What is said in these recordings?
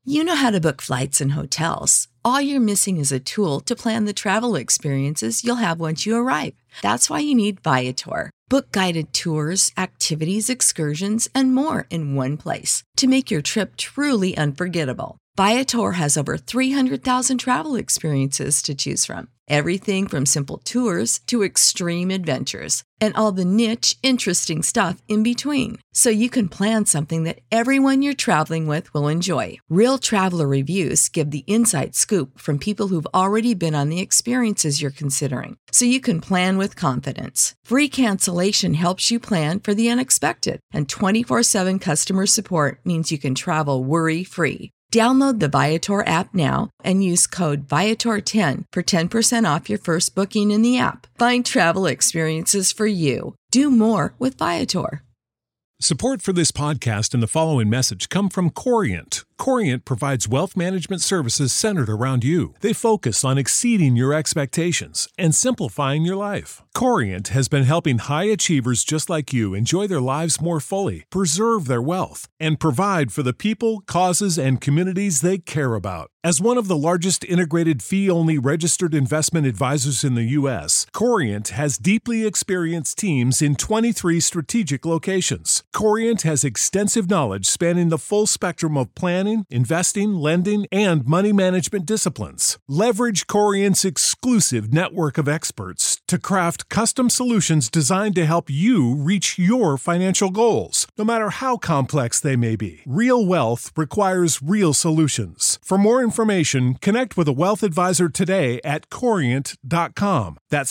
You know how to book flights and hotels. All you're missing is a tool to plan the travel experiences you'll have once you arrive. That's why you need Viator. Book guided tours, activities, excursions, and more in one place to make your trip truly unforgettable. Viator has over 300,000 travel experiences to choose from. Everything from simple tours to extreme adventures and all the niche, interesting stuff in between. So you can plan something that everyone you're traveling with will enjoy. Real traveler reviews give the inside scoop from people who've already been on the experiences you're considering. So you can plan with confidence. Free cancellation helps you plan for the unexpected. And 24/7 customer support means you can travel worry-free. Download the Viator app now and use code Viator10 for 10% off your first booking in the app. Find travel experiences for you. Do more with Viator. Support for this podcast and the following message come from Corient. Corient provides wealth management services centered around you. They focus on exceeding your expectations and simplifying your life. Corient has been helping high achievers just like you enjoy their lives more fully, preserve their wealth, and provide for the people, causes, and communities they care about. As one of the largest integrated fee-only registered investment advisors in the U.S., Corient has deeply experienced teams in 23 strategic locations. Corient has extensive knowledge spanning the full spectrum of planning, investing, lending, and money management disciplines. Leverage Corient's exclusive network of experts to craft custom solutions designed to help you reach your financial goals, no matter how complex they may be. Real wealth requires real solutions. For more information, connect with a wealth advisor today at Corient.com. That's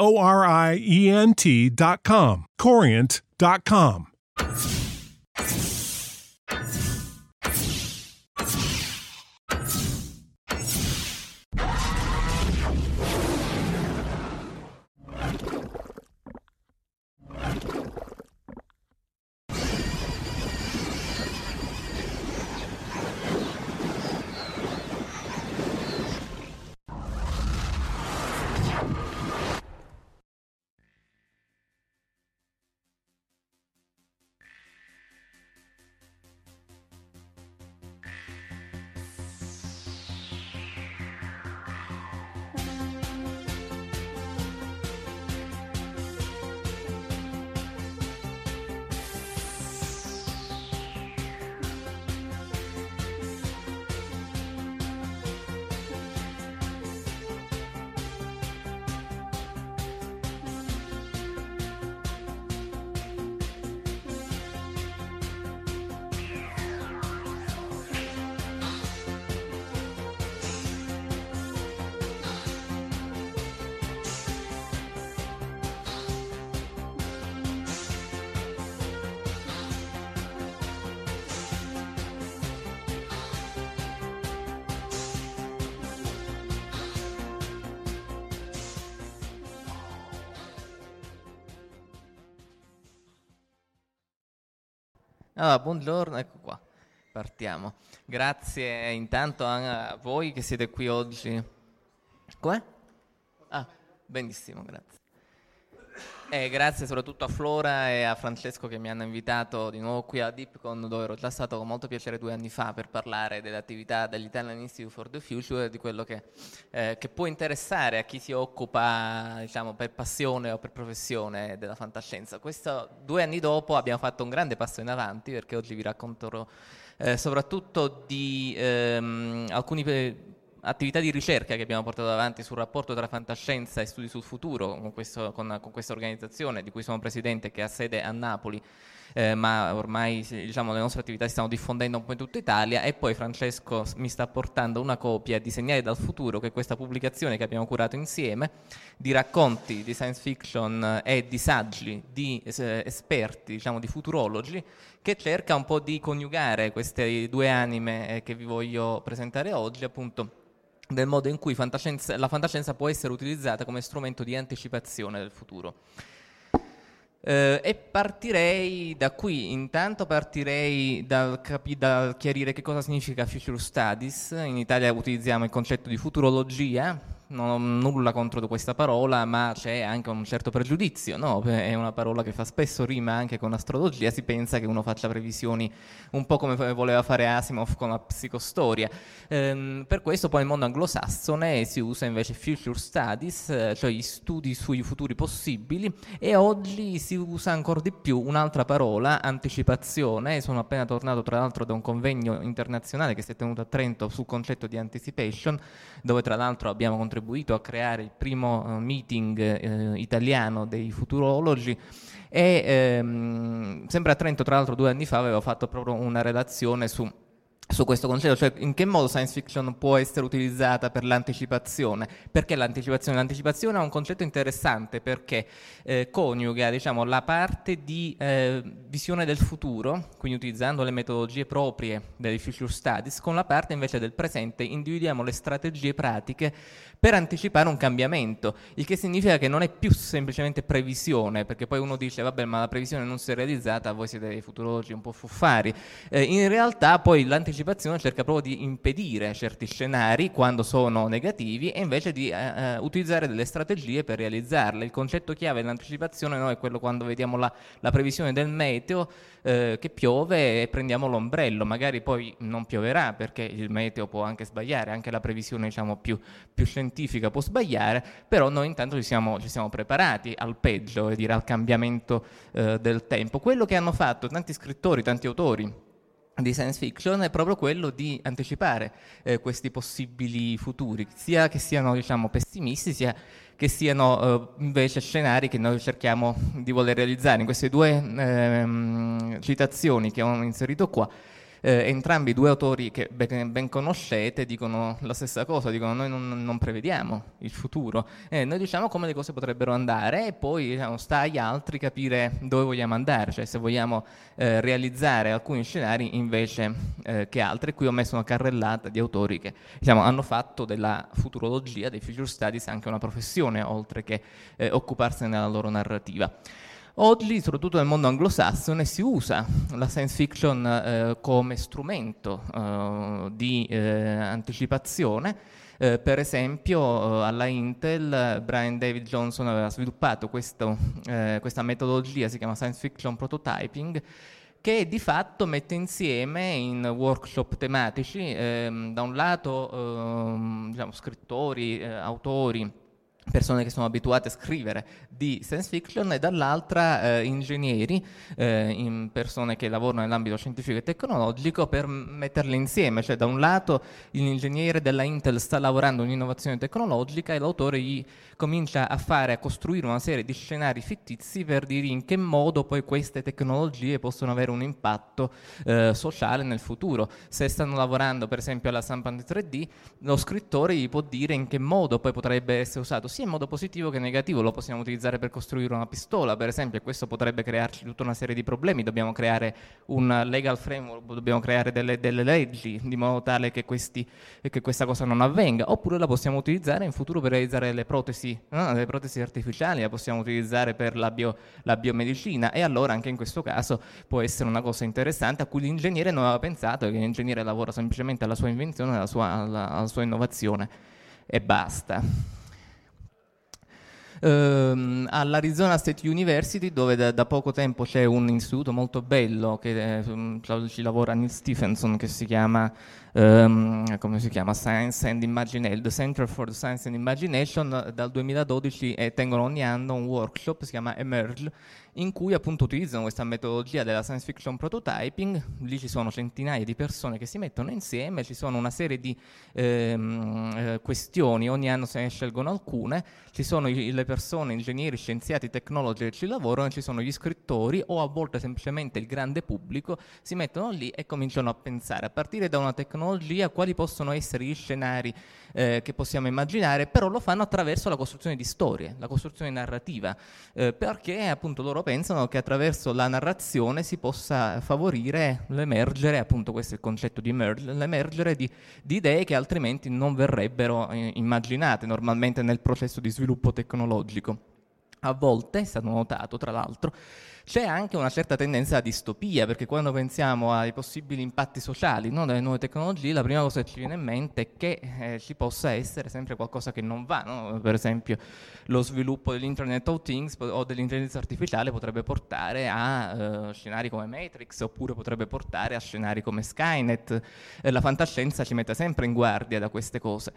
Corient.com. Corient.com. Allora, buongiorno, ecco qua, partiamo. Grazie intanto a voi che siete qui oggi. Com'è? Ah, benissimo, grazie. E grazie soprattutto a Flora e a Francesco che mi hanno invitato di nuovo qui a DeepCon, dove ero già stato con molto piacere 2 anni fa per parlare delle attività dell'Italian Institute for the Future e di quello che può interessare a chi si occupa, diciamo, per passione o per professione della fantascienza. Questo 2 anni dopo abbiamo fatto un grande passo in avanti, perché oggi vi racconterò soprattutto di alcuni attività di ricerca che abbiamo portato avanti sul rapporto tra fantascienza e studi sul futuro con questa organizzazione di cui sono presidente, che ha sede a Napoli, ma ormai, diciamo, le nostre attività si stanno diffondendo un po' in tutta Italia. E poi Francesco mi sta portando una copia di Segnali dal futuro, che è questa pubblicazione che abbiamo curato insieme, di racconti di science fiction e di saggi di esperti, diciamo, di futurologi, che cerca un po' di coniugare queste 2 anime che vi voglio presentare oggi, appunto, del modo in cui la fantascienza può essere utilizzata come strumento di anticipazione del futuro. E partirei da qui. Intanto partirei dal chiarire che cosa significa Future Studies. In Italia utilizziamo il concetto di futurologia, non ho nulla contro questa parola, ma c'è anche un certo pregiudizio, no? È una parola che fa spesso rima anche con astrologia, si pensa che uno faccia previsioni un po' come voleva fare Asimov con la psicostoria. Per questo poi nel mondo anglosassone si usa invece future studies, cioè gli studi sui futuri possibili, e oggi si usa ancora di più un'altra parola, anticipazione. Sono appena tornato tra l'altro da un convegno internazionale che si è tenuto a Trento sul concetto di anticipation, dove tra l'altro abbiamo contribuito a creare il primo meeting italiano dei futurologi, e sempre a Trento, tra l'altro 2 anni fa, avevo fatto proprio una relazione su questo concetto, cioè in che modo science fiction può essere utilizzata per l'anticipazione. Perché l'anticipazione? L'anticipazione è un concetto interessante perché coniuga, diciamo, la parte di visione del futuro, quindi utilizzando le metodologie proprie delle future studies, con la parte invece del presente. Individuiamo le strategie pratiche per anticipare un cambiamento, il che significa che non è più semplicemente previsione, perché poi uno dice vabbè, ma la previsione non si è realizzata, voi siete dei futurologi un po' fuffari. In realtà poi l'anticipazione cerca proprio di impedire certi scenari quando sono negativi, e invece di utilizzare delle strategie per realizzarle. Il concetto chiave dell'anticipazione, no, è quello quando vediamo la previsione del meteo, che piove e prendiamo l'ombrello. Magari poi non pioverà perché il meteo può anche sbagliare, anche la previsione, diciamo, più scientifica può sbagliare, però noi intanto ci siamo preparati al peggio, e dire al cambiamento del tempo. Quello che hanno fatto tanti scrittori, tanti autori di science fiction è proprio quello di anticipare questi possibili futuri, sia che siano, diciamo, pessimisti, sia che siano invece scenari che noi cerchiamo di voler realizzare. In queste 2 citazioni che ho inserito qua, entrambi 2 autori che ben conoscete dicono la stessa cosa, dicono noi non prevediamo il futuro, noi diciamo come le cose potrebbero andare, e poi, diciamo, sta agli altri capire dove vogliamo andare, cioè se vogliamo realizzare alcuni scenari invece che altri. Qui ho messo una carrellata di autori che, diciamo, hanno fatto della futurologia, dei future studies, anche una professione, oltre che occuparsene della loro narrativa. Oggi, soprattutto nel mondo anglosassone, si usa la science fiction come strumento di anticipazione. Per esempio, alla Intel Brian David Johnson aveva sviluppato questa metodologia, si chiama Science Fiction Prototyping, che di fatto mette insieme in workshop tematici, da un lato diciamo, scrittori, autori, persone che sono abituate a scrivere di science fiction, e dall'altra ingegneri, in persone che lavorano nell'ambito scientifico e tecnologico, per metterle insieme. Cioè, da un lato l'ingegnere della Intel sta lavorando in innovazione tecnologica e l'autore gli comincia a costruire una serie di scenari fittizi per dire in che modo poi queste tecnologie possono avere un impatto sociale nel futuro. Se stanno lavorando per esempio alla stampante 3D, lo scrittore gli può dire in che modo poi potrebbe essere usato sia in modo positivo che negativo. Lo possiamo utilizzare per costruire una pistola, per esempio, e questo potrebbe crearci tutta una serie di problemi. Dobbiamo creare un legal framework, dobbiamo creare delle leggi di modo tale che questa cosa non avvenga. Oppure la possiamo utilizzare in futuro per realizzare le protesi artificiali, la possiamo utilizzare per la biomedicina, e allora anche in questo caso può essere una cosa interessante a cui l'ingegnere non aveva pensato, che l'ingegnere lavora semplicemente alla sua invenzione, alla sua innovazione, e basta. All'Arizona State University, dove da poco tempo c'è un istituto molto bello che ci lavora Neil Stephenson, che si chiama Science and Imagination, The Center for the Science and Imagination. Dal 2012 tengono ogni anno un workshop, si chiama Emerge, in cui appunto utilizzano questa metodologia della science fiction prototyping. Lì ci sono centinaia di persone che si mettono insieme, ci sono una serie di questioni, ogni anno se ne scelgono alcune, ci sono le persone, ingegneri, scienziati, tecnologi che ci lavorano, ci sono gli scrittori, o a volte semplicemente il grande pubblico, si mettono lì e cominciano a pensare a partire da una tecnologia quali possono essere gli scenari che possiamo immaginare, però lo fanno attraverso la costruzione di storie, la costruzione narrativa, perché appunto loro pensano che attraverso la narrazione si possa favorire l'emergere, appunto questo è il concetto di emerge, l'emergere di idee che altrimenti non verrebbero immaginate normalmente nel processo di sviluppo tecnologico. a volte, è stato notato tra l'altro, c'è anche una certa tendenza a distopia, perché quando pensiamo ai possibili impatti sociali, no, delle nuove tecnologie, la prima cosa che ci viene in mente è che ci possa essere sempre qualcosa che non va, no? Per esempio lo sviluppo dell'Internet of Things o dell'intelligenza artificiale potrebbe portare a scenari come Matrix, oppure potrebbe portare a scenari come Skynet. La fantascienza ci mette sempre in guardia da queste cose.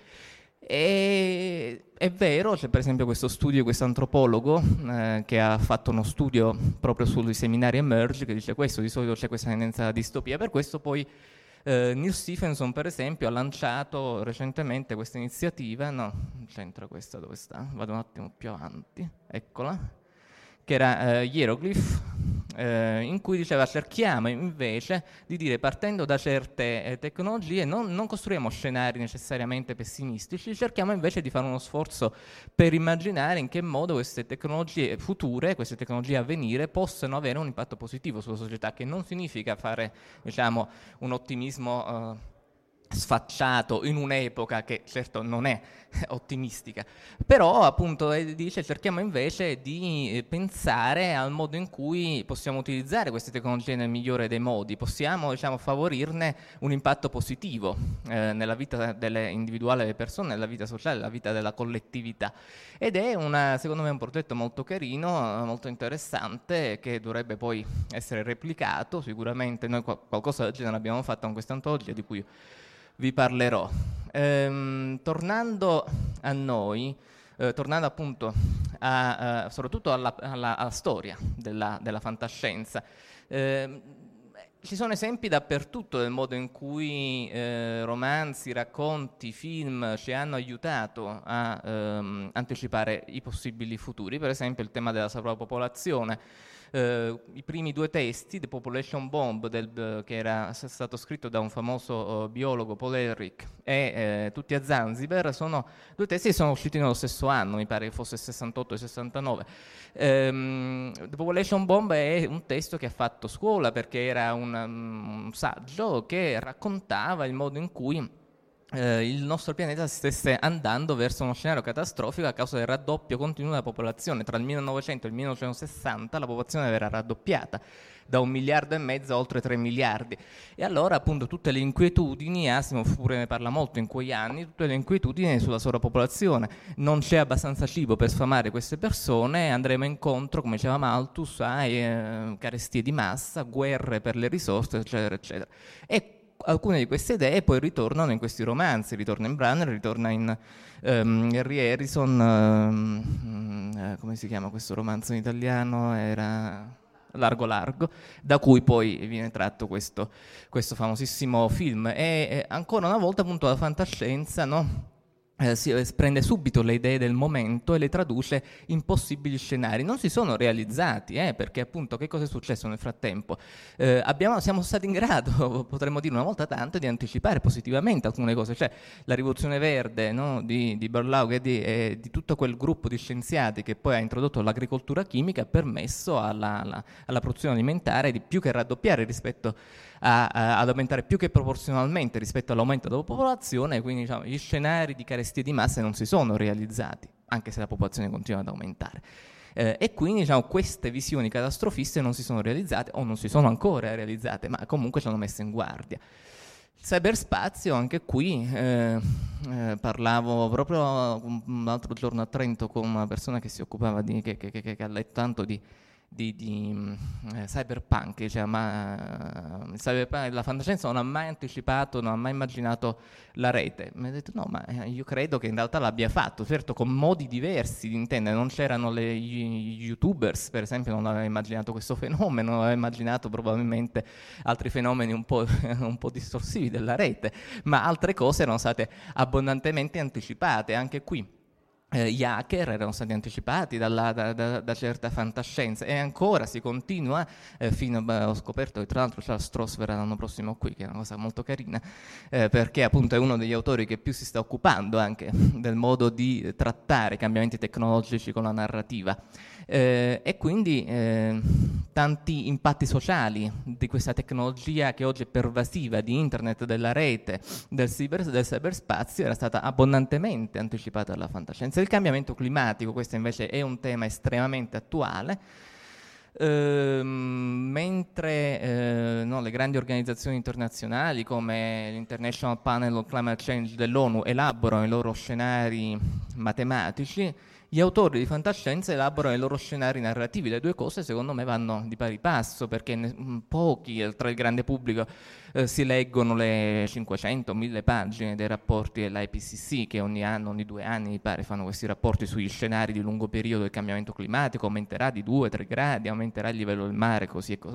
E è vero, c'è per esempio questo studio, questo antropologo che ha fatto uno studio proprio sui seminari Emerge, che dice questo, di solito c'è questa tendenza alla distopia. Per questo poi Neil Stephenson per esempio ha lanciato recentemente questa iniziativa, no, non c'entra questa, dove sta? Vado un attimo più avanti, eccola, che era Hieroglyph, in cui diceva cerchiamo invece di dire, partendo da certe tecnologie, non costruiamo scenari necessariamente pessimistici, cerchiamo invece di fare uno sforzo per immaginare in che modo queste tecnologie future, queste tecnologie a venire, possano avere un impatto positivo sulla società, che non significa fare, diciamo, un ottimismo sfacciato in un'epoca che certo non è ottimistica, però appunto dice cerchiamo invece di pensare al modo in cui possiamo utilizzare queste tecnologie nel migliore dei modi, possiamo, diciamo, favorirne un impatto positivo nella vita individuale delle persone, nella vita sociale, nella vita della collettività, ed è secondo me un progetto molto carino, molto interessante, che dovrebbe poi essere replicato sicuramente. Noi qualcosa del genere abbiamo fatto con questa antologia di cui vi parlerò. Tornando a noi, tornando appunto soprattutto alla storia della fantascienza, ci sono esempi dappertutto del modo in cui romanzi, racconti, film ci hanno aiutato a anticipare i possibili futuri. Per esempio il tema della sovrapopolazione. I primi due testi, The Population Bomb, che era stato scritto da un famoso biologo, Paul Ehrlich, e Tutti a Zanzibar, sono due testi che sono usciti nello stesso anno, mi pare che fosse 68 e 69. The Population Bomb è un testo che ha fatto scuola, perché era un saggio che raccontava il modo in cui il nostro pianeta stesse andando verso uno scenario catastrofico a causa del raddoppio continuo della popolazione. Tra il 1900 e il 1960 la popolazione verrà raddoppiata da 1,5 miliardi a oltre 3 miliardi. E allora appunto tutte le inquietudini, Asimov pure ne parla molto in quegli anni, tutte le inquietudini sulla sovrapopolazione, non c'è abbastanza cibo per sfamare queste persone, andremo incontro, come diceva Malthus, a carestie di massa, guerre per le risorse, eccetera, eccetera. E alcune di queste idee poi ritornano in questi romanzi, ritorna in Brunner, ritorna in Henry Harrison, come si chiama questo romanzo in italiano? Era Largo Largo, da cui poi viene tratto questo famosissimo film. E ancora una volta appunto la fantascienza, no? Si prende subito le idee del momento e le traduce in possibili scenari. Non si sono realizzati, perché appunto che cosa è successo nel frattempo? Siamo stati in grado, potremmo dire una volta tanto, di anticipare positivamente alcune cose, cioè la rivoluzione verde, no, di Berlaug e di tutto quel gruppo di scienziati che poi ha introdotto l'agricoltura chimica, ha permesso alla produzione alimentare di più che raddoppiare rispetto ad aumentare più che proporzionalmente rispetto all'aumento della popolazione, quindi diciamo, gli scenari di carestie di massa non si sono realizzati, anche se la popolazione continua ad aumentare. E quindi diciamo, queste visioni catastrofiste non si sono realizzate o non si sono ancora realizzate, ma comunque ci hanno messo in guardia. Cyberspazio, anche qui parlavo proprio l'altro giorno a Trento con una persona che si occupava che ha letto tanto di cyberpunk, cioè, la fantascienza non ha mai anticipato, non ha mai immaginato la rete. Mi ha detto no, ma io credo che in realtà l'abbia fatto, certo con modi diversi di intendere. Non c'erano gli youtubers, per esempio, non aveva immaginato questo fenomeno, non aveva immaginato probabilmente altri fenomeni un po' distorsivi della rete, ma altre cose erano state abbondantemente anticipate. Anche qui gli hacker erano stati anticipati da certa fantascienza, e ancora si continua ho scoperto che tra l'altro Charles Stross verrà l'anno prossimo qui, che è una cosa molto carina, perché appunto è uno degli autori che più si sta occupando anche del modo di trattare i cambiamenti tecnologici con la narrativa, e quindi tanti impatti sociali di questa tecnologia che oggi è pervasiva, di internet, della rete, del cyberspazio, era stata abbondantemente anticipata dalla fantascienza. conseguenze. Il cambiamento climatico, questo invece è un tema estremamente attuale. Mentre le grandi organizzazioni internazionali come l'International Panel on Climate Change dell'ONU elaborano i loro scenari matematici, gli autori di fantascienza elaborano i loro scenari narrativi. Le due cose secondo me vanno di pari passo, perché pochi tra il grande pubblico si leggono le 500-1000 pagine dei rapporti dell'IPCC, che ogni anno, ogni 2 anni mi pare, fanno questi rapporti sugli scenari di lungo periodo del cambiamento climatico, aumenterà di 2-3 gradi, aumenterà il livello del mare, così e così.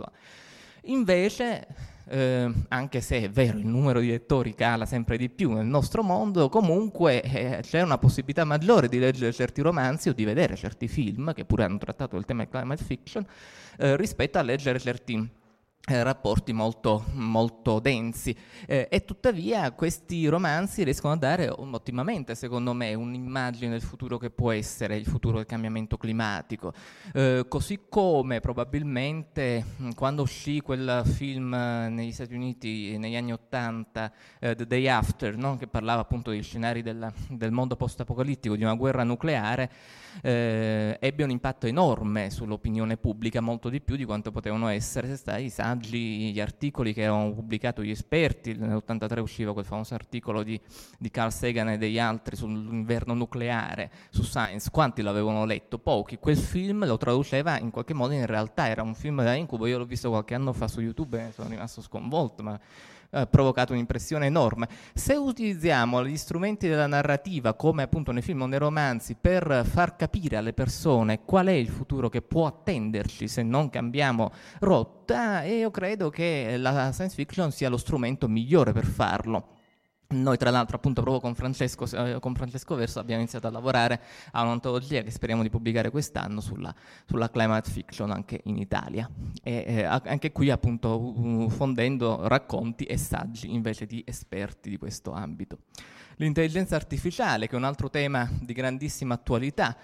Invece, anche se è vero il numero di lettori cala sempre di più nel nostro mondo, comunque c'è una possibilità maggiore di leggere certi romanzi o di vedere certi film che pure hanno trattato il tema del climate fiction rispetto a leggere certi rapporti molto, molto densi, e tuttavia questi romanzi riescono a dare ottimamente, secondo me, un'immagine del futuro che può essere il futuro del cambiamento climatico, così come probabilmente quando uscì quel film negli Stati Uniti negli anni '80, The Day After, no? Che parlava appunto degli scenari del mondo post-apocalittico, di una guerra nucleare, ebbe un impatto enorme sull'opinione pubblica, molto di più di quanto potevano essere stati i saggi, gli articoli che erano pubblicati gli esperti. Nell'83 usciva quel famoso articolo di Carl Sagan e degli altri sull'inverno nucleare su Science. Quanti l'avevano letto? Pochi. Quel film lo traduceva in qualche modo in realtà, era un film da incubo. Io l'ho visto qualche anno fa su YouTube e sono rimasto sconvolto, ma ha provocato un'impressione enorme. Se utilizziamo gli strumenti della narrativa, come appunto nei film o nei romanzi, per far capire alle persone qual è il futuro che può attenderci se non cambiamo rotta, io credo che la science fiction sia lo strumento migliore per farlo. Noi tra l'altro appunto proprio con Francesco Verso abbiamo iniziato a lavorare a un'antologia che speriamo di pubblicare quest'anno sulla climate fiction anche in Italia, e anche qui appunto fondendo racconti e saggi invece di esperti di questo ambito. L'intelligenza artificiale, che è un altro tema di grandissima attualità,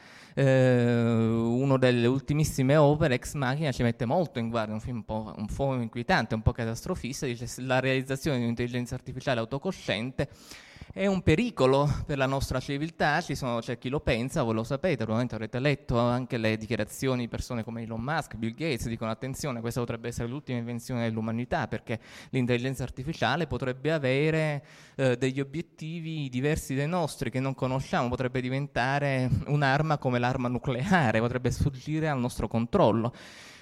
uno delle ultimissime opere, Ex Machina, ci mette molto in guardia, un film un po' inquietante, un po' catastrofista, dice: la realizzazione di un'intelligenza artificiale autocosciente è un pericolo per la nostra civiltà. C'è chi lo pensa, voi lo sapete, probabilmente avrete letto anche le dichiarazioni di persone come Elon Musk, Bill Gates, dicono: attenzione, questa potrebbe essere l'ultima invenzione dell'umanità, perché l'intelligenza artificiale potrebbe avere degli obiettivi diversi dai nostri che non conosciamo, potrebbe diventare un'arma come l'arma nucleare, potrebbe sfuggire al nostro controllo.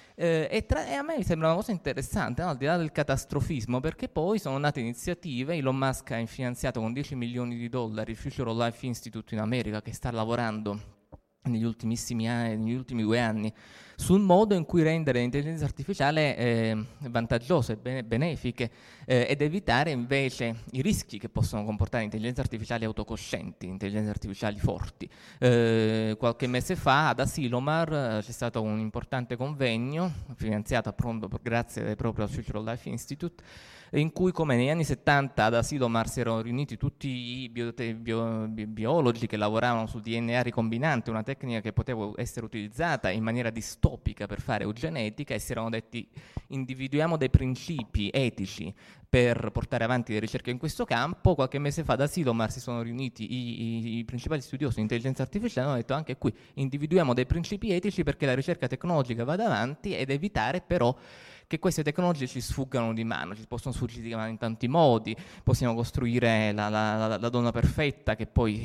E a me mi sembra una cosa interessante, no? Al di là del catastrofismo, perché poi sono nate iniziative. Elon Musk ha finanziato con $10 milioni il Future of Life Institute in America, che sta lavorando negli ultimissimi anni, negli ultimi 2 anni, sul modo in cui rendere l'intelligenza artificiale vantaggiose, benefiche, ed evitare invece i rischi che possono comportare intelligenze artificiali autocoscienti, intelligenze artificiali forti. Qualche mese fa ad Asilomar c'è stato un importante convegno finanziato appunto grazie proprio al Future of Life Institute, in cui, come negli anni 70 ad Asilomar, si erano riuniti tutti i biologi che lavoravano sul DNA ricombinante, una tecnica che poteva essere utilizzata in maniera distopica per fare eugenetica, e si erano detti: individuiamo dei principi etici per portare avanti le ricerche in questo campo. Qualche mese fa ad Asilomar si sono riuniti i principali studiosi di intelligenza artificiale e hanno detto: anche qui individuiamo dei principi etici perché la ricerca tecnologica vada avanti, ed evitare però che queste tecnologie ci sfuggano di mano. Ci possono sfuggire di mano in tanti modi. Possiamo costruire la donna perfetta che poi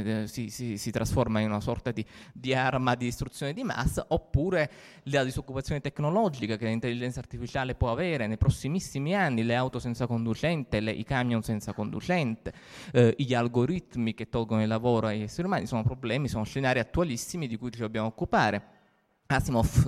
si trasforma in una sorta di arma di distruzione di massa, oppure la disoccupazione tecnologica che l'intelligenza artificiale può avere nei prossimissimi anni, le auto senza conducente, i camion senza conducente, gli algoritmi che tolgono il lavoro agli esseri umani. Sono problemi, sono scenari attualissimi di cui ci dobbiamo occupare. Asimov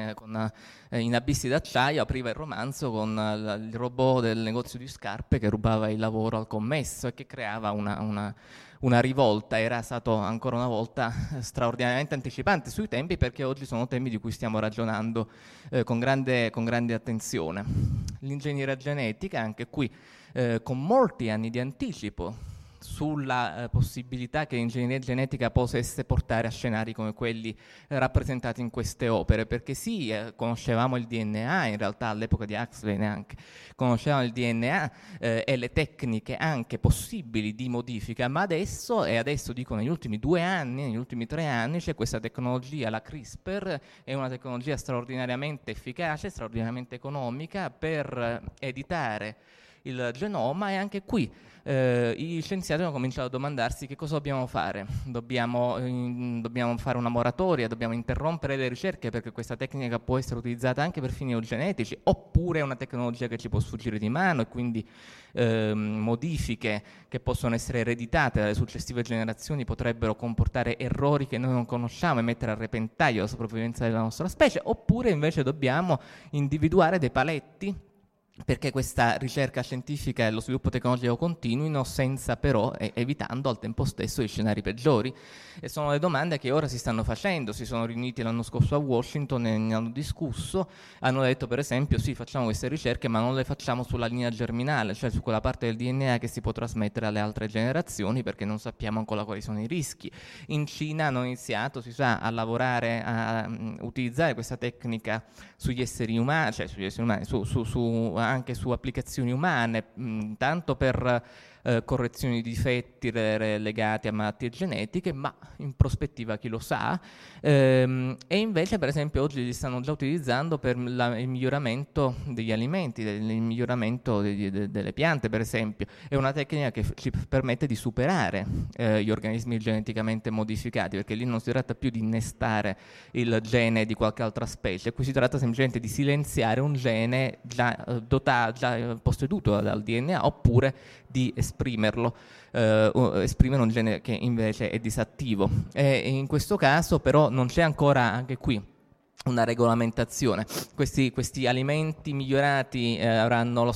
in Abissi d'acciaio apriva il romanzo con il robot del negozio di scarpe che rubava il lavoro al commesso e che creava una rivolta. Era stato ancora una volta straordinariamente anticipante sui tempi, perché oggi sono temi di cui stiamo ragionando con grande attenzione. L'ingegneria genetica, anche qui con molti anni di anticipo, sulla possibilità che l'ingegneria genetica potesse portare a scenari come quelli rappresentati in queste opere, perché sì, conoscevamo il DNA, in realtà all'epoca di Huxley neanche, conoscevamo il DNA e le tecniche anche possibili di modifica, ma adesso dico negli ultimi 2 anni, negli ultimi 3 anni, c'è questa tecnologia, la CRISPR, è una tecnologia straordinariamente efficace, straordinariamente economica per editare il genoma, e anche qui gli scienziati hanno cominciato a domandarsi che cosa dobbiamo fare. Dobbiamo fare una moratoria, dobbiamo interrompere le ricerche perché questa tecnica può essere utilizzata anche per fini eugenetici, oppure è una tecnologia che ci può sfuggire di mano e quindi modifiche che possono essere ereditate dalle successive generazioni potrebbero comportare errori che noi non conosciamo e mettere a repentaglio la sopravvivenza della nostra specie, oppure invece dobbiamo individuare dei paletti perché questa ricerca scientifica e lo sviluppo tecnologico continuino, senza però, evitando al tempo stesso gli scenari peggiori. E sono le domande che ora si stanno facendo. Si sono riuniti l'anno scorso a Washington e ne hanno discusso, hanno detto per esempio sì, facciamo queste ricerche ma non le facciamo sulla linea germinale, cioè su quella parte del DNA che si può trasmettere alle altre generazioni, perché non sappiamo ancora quali sono i rischi. In Cina hanno iniziato, si sa, a lavorare, a utilizzare questa tecnica sugli esseri umani, cioè sugli esseri umani, anche su applicazioni umane, tanto per correzioni di difetti legati a malattie genetiche, ma in prospettiva chi lo sa, e invece per esempio oggi li stanno già utilizzando per il miglioramento degli alimenti, il miglioramento delle piante per esempio. È una tecnica che ci permette di superare gli organismi geneticamente modificati, perché lì non si tratta più di innestare il gene di qualche altra specie, qui si tratta semplicemente di silenziare un gene già posseduto dal DNA, oppure di esprimerlo, esprimere un gene che invece è disattivo. E in questo caso però non c'è ancora, anche qui, una regolamentazione. Questi alimenti migliorati avranno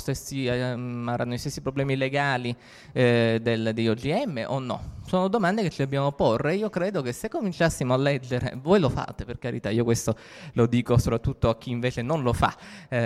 i stessi problemi legali degli OGM o no? Sono domande che ci dobbiamo porre. Io credo che se cominciassimo a leggere, voi lo fate per carità, io questo lo dico soprattutto a chi invece non lo fa,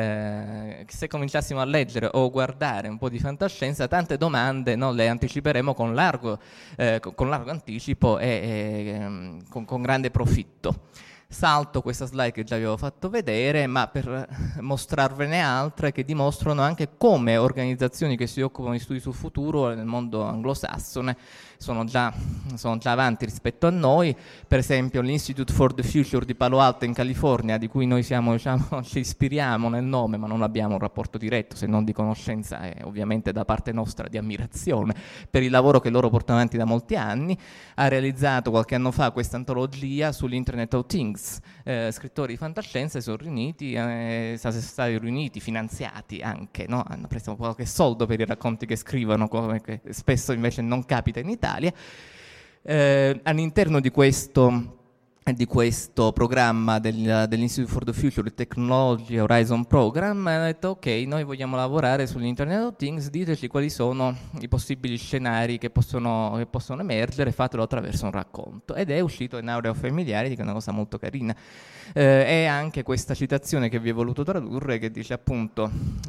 se cominciassimo a leggere o guardare un po' di fantascienza, tante domande le anticiperemo con largo anticipo e con grande profitto. Salto questa slide che già vi avevo fatto vedere, ma per mostrarvene altre che dimostrano anche come organizzazioni che si occupano di studi sul futuro nel mondo anglosassone sono già avanti rispetto a noi. Per esempio l'Institute for the Future di Palo Alto in California, di cui noi ci ispiriamo nel nome, ma non abbiamo un rapporto diretto se non di conoscenza e ovviamente da parte nostra di ammirazione per il lavoro che loro portano avanti da molti anni, ha realizzato qualche anno fa questa antologia sull'Internet of Things. Scrittori di fantascienza sono stati riuniti, finanziati anche, no? Hanno preso qualche soldo per i racconti che scrivono, come che spesso invece non capita in Italia. All'interno di questo programma dell'Institute for the Future Technology Horizon Program hanno detto ok, noi vogliamo lavorare sull'Internet of Things, diteci quali sono i possibili scenari che possono emergere, fatelo attraverso un racconto, ed è uscito in Aurea Familiarity, che è una cosa molto carina. E anche questa citazione che vi ho voluto tradurre, che dice appunto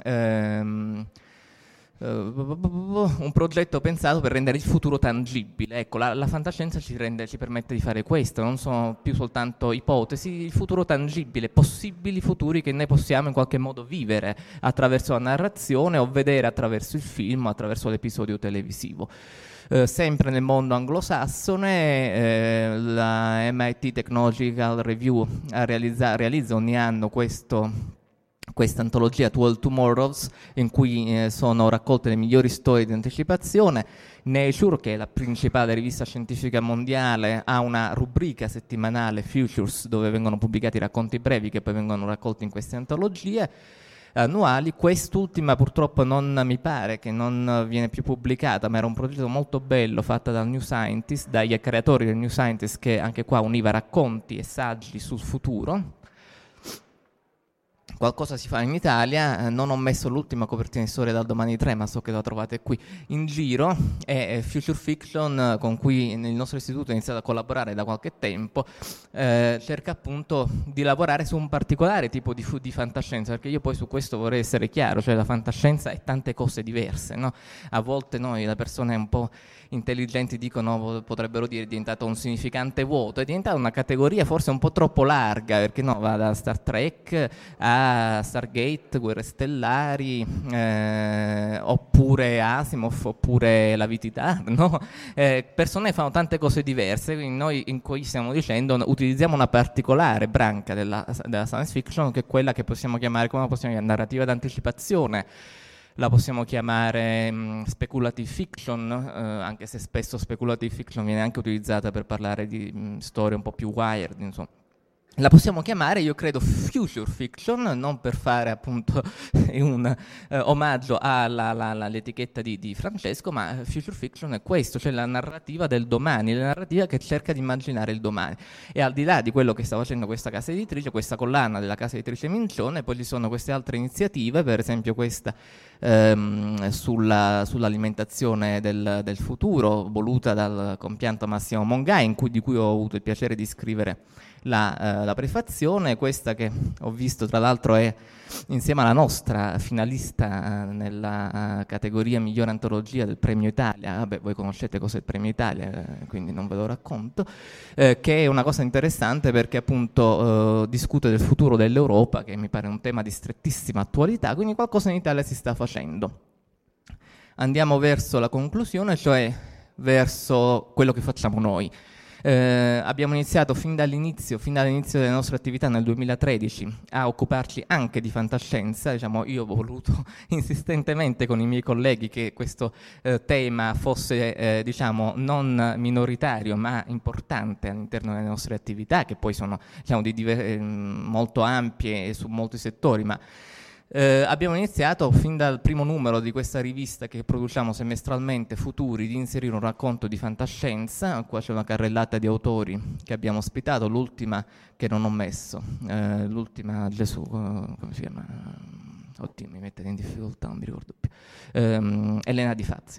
un progetto pensato per rendere il futuro tangibile. Ecco, la fantascienza ci permette di fare questo, non sono più soltanto ipotesi, il futuro tangibile, possibili futuri che noi possiamo in qualche modo vivere attraverso la narrazione o vedere attraverso il film, attraverso l'episodio televisivo. Sempre nel mondo anglosassone, la MIT Technological Review realizza ogni anno questa antologia 12 Tomorrows, in cui sono raccolte le migliori storie di anticipazione. Nature, che è la principale rivista scientifica mondiale, ha una rubrica settimanale, Futures, dove vengono pubblicati racconti brevi che poi vengono raccolti in queste antologie annuali. Quest'ultima purtroppo non mi pare che non viene più pubblicata, ma era un progetto molto bello fatto dal New Scientist, dagli creatori del New Scientist, che anche qua univa racconti e saggi sul futuro. qualcosa si fa in Italia. Non ho messo l'ultima copertina di Storia dal Domani 3, ma so che la trovate qui in giro, è Future Fiction, con cui il nostro istituto ha iniziato a collaborare da qualche tempo, cerca appunto di lavorare su un particolare tipo di fantascienza, perché io poi su questo vorrei essere chiaro, cioè la fantascienza è tante cose diverse, no? A volte noi, le persone un po' intelligenti, dicono, potrebbero dire, è diventato un significante vuoto, è diventata una categoria forse un po' troppo larga, perché no, va da Star Trek a Stargate, Guerre Stellari, oppure Asimov, oppure La Vitità, no? Persone fanno tante cose diverse, quindi noi in cui stiamo dicendo utilizziamo una particolare branca della science fiction, che è quella che possiamo chiamare, come possiamo chiamare, narrativa d'anticipazione. La possiamo chiamare speculative fiction, anche se spesso speculative fiction viene anche utilizzata per parlare di storie un po' più wired, insomma. La possiamo chiamare, io credo, future fiction, non per fare appunto un omaggio all'etichetta di Francesco, ma future fiction è questo, cioè la narrativa del domani, la narrativa che cerca di immaginare il domani. E al di là di quello che sta facendo questa casa editrice, questa collana della casa editrice Mincione, poi ci sono queste altre iniziative, per esempio questa sull'alimentazione del futuro, voluta dal compianto Massimo Mongai, di cui ho avuto il piacere di scrivere la prefazione. Questa che ho visto tra l'altro è insieme alla nostra finalista nella categoria migliore antologia del Premio Italia. Vabbè, voi conoscete cos'è il Premio Italia, quindi non ve lo racconto, che è una cosa interessante perché appunto discute del futuro dell'Europa, che mi pare un tema di strettissima attualità, quindi qualcosa in Italia si sta facendo. Andiamo verso la conclusione, cioè verso quello che facciamo noi. Abbiamo iniziato fin dall'inizio delle nostre attività nel 2013 a occuparci anche di fantascienza. Diciamo, io ho voluto insistentemente con i miei colleghi che questo tema fosse diciamo non minoritario ma importante all'interno delle nostre attività, che poi sono diciamo, molto ampie e su molti settori, ma abbiamo iniziato fin dal primo numero di questa rivista che produciamo semestralmente, Futuri, di inserire un racconto di fantascienza. Qua c'è una carrellata di autori che abbiamo ospitato, l'ultima che non ho messo, l'ultima Gesù, come si chiama? Oddio, mi mette in difficoltà, non mi ricordo più. Elena Di Fazio.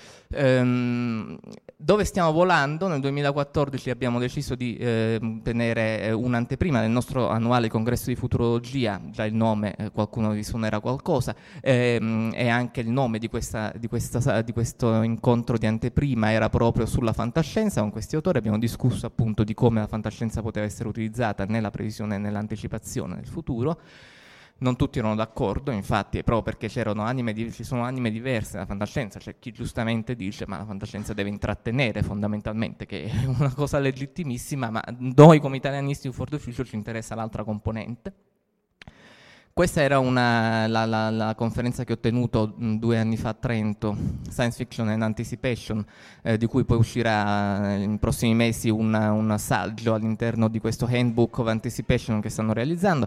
Dove stiamo volando? Nel 2014 abbiamo deciso di tenere un'anteprima del nostro annuale congresso di futurologia. Già il nome qualcuno vi suonerà qualcosa, e anche il nome di questo incontro di anteprima era proprio sulla fantascienza. Con questi autori abbiamo discusso appunto di come la fantascienza poteva essere utilizzata nella previsione e nell'anticipazione del futuro. Non tutti erano d'accordo, infatti, è proprio perché ci sono anime diverse nella fantascienza. C'è chi giustamente dice ma la fantascienza deve intrattenere fondamentalmente, che è una cosa legittimissima, ma noi come italianisti di For the Future ci interessa l'altra componente. Questa era la conferenza che ho tenuto 2 anni fa a Trento, Science Fiction and Anticipation, di cui poi uscirà in prossimi mesi un assaggio all'interno di questo Handbook of Anticipation che stanno realizzando.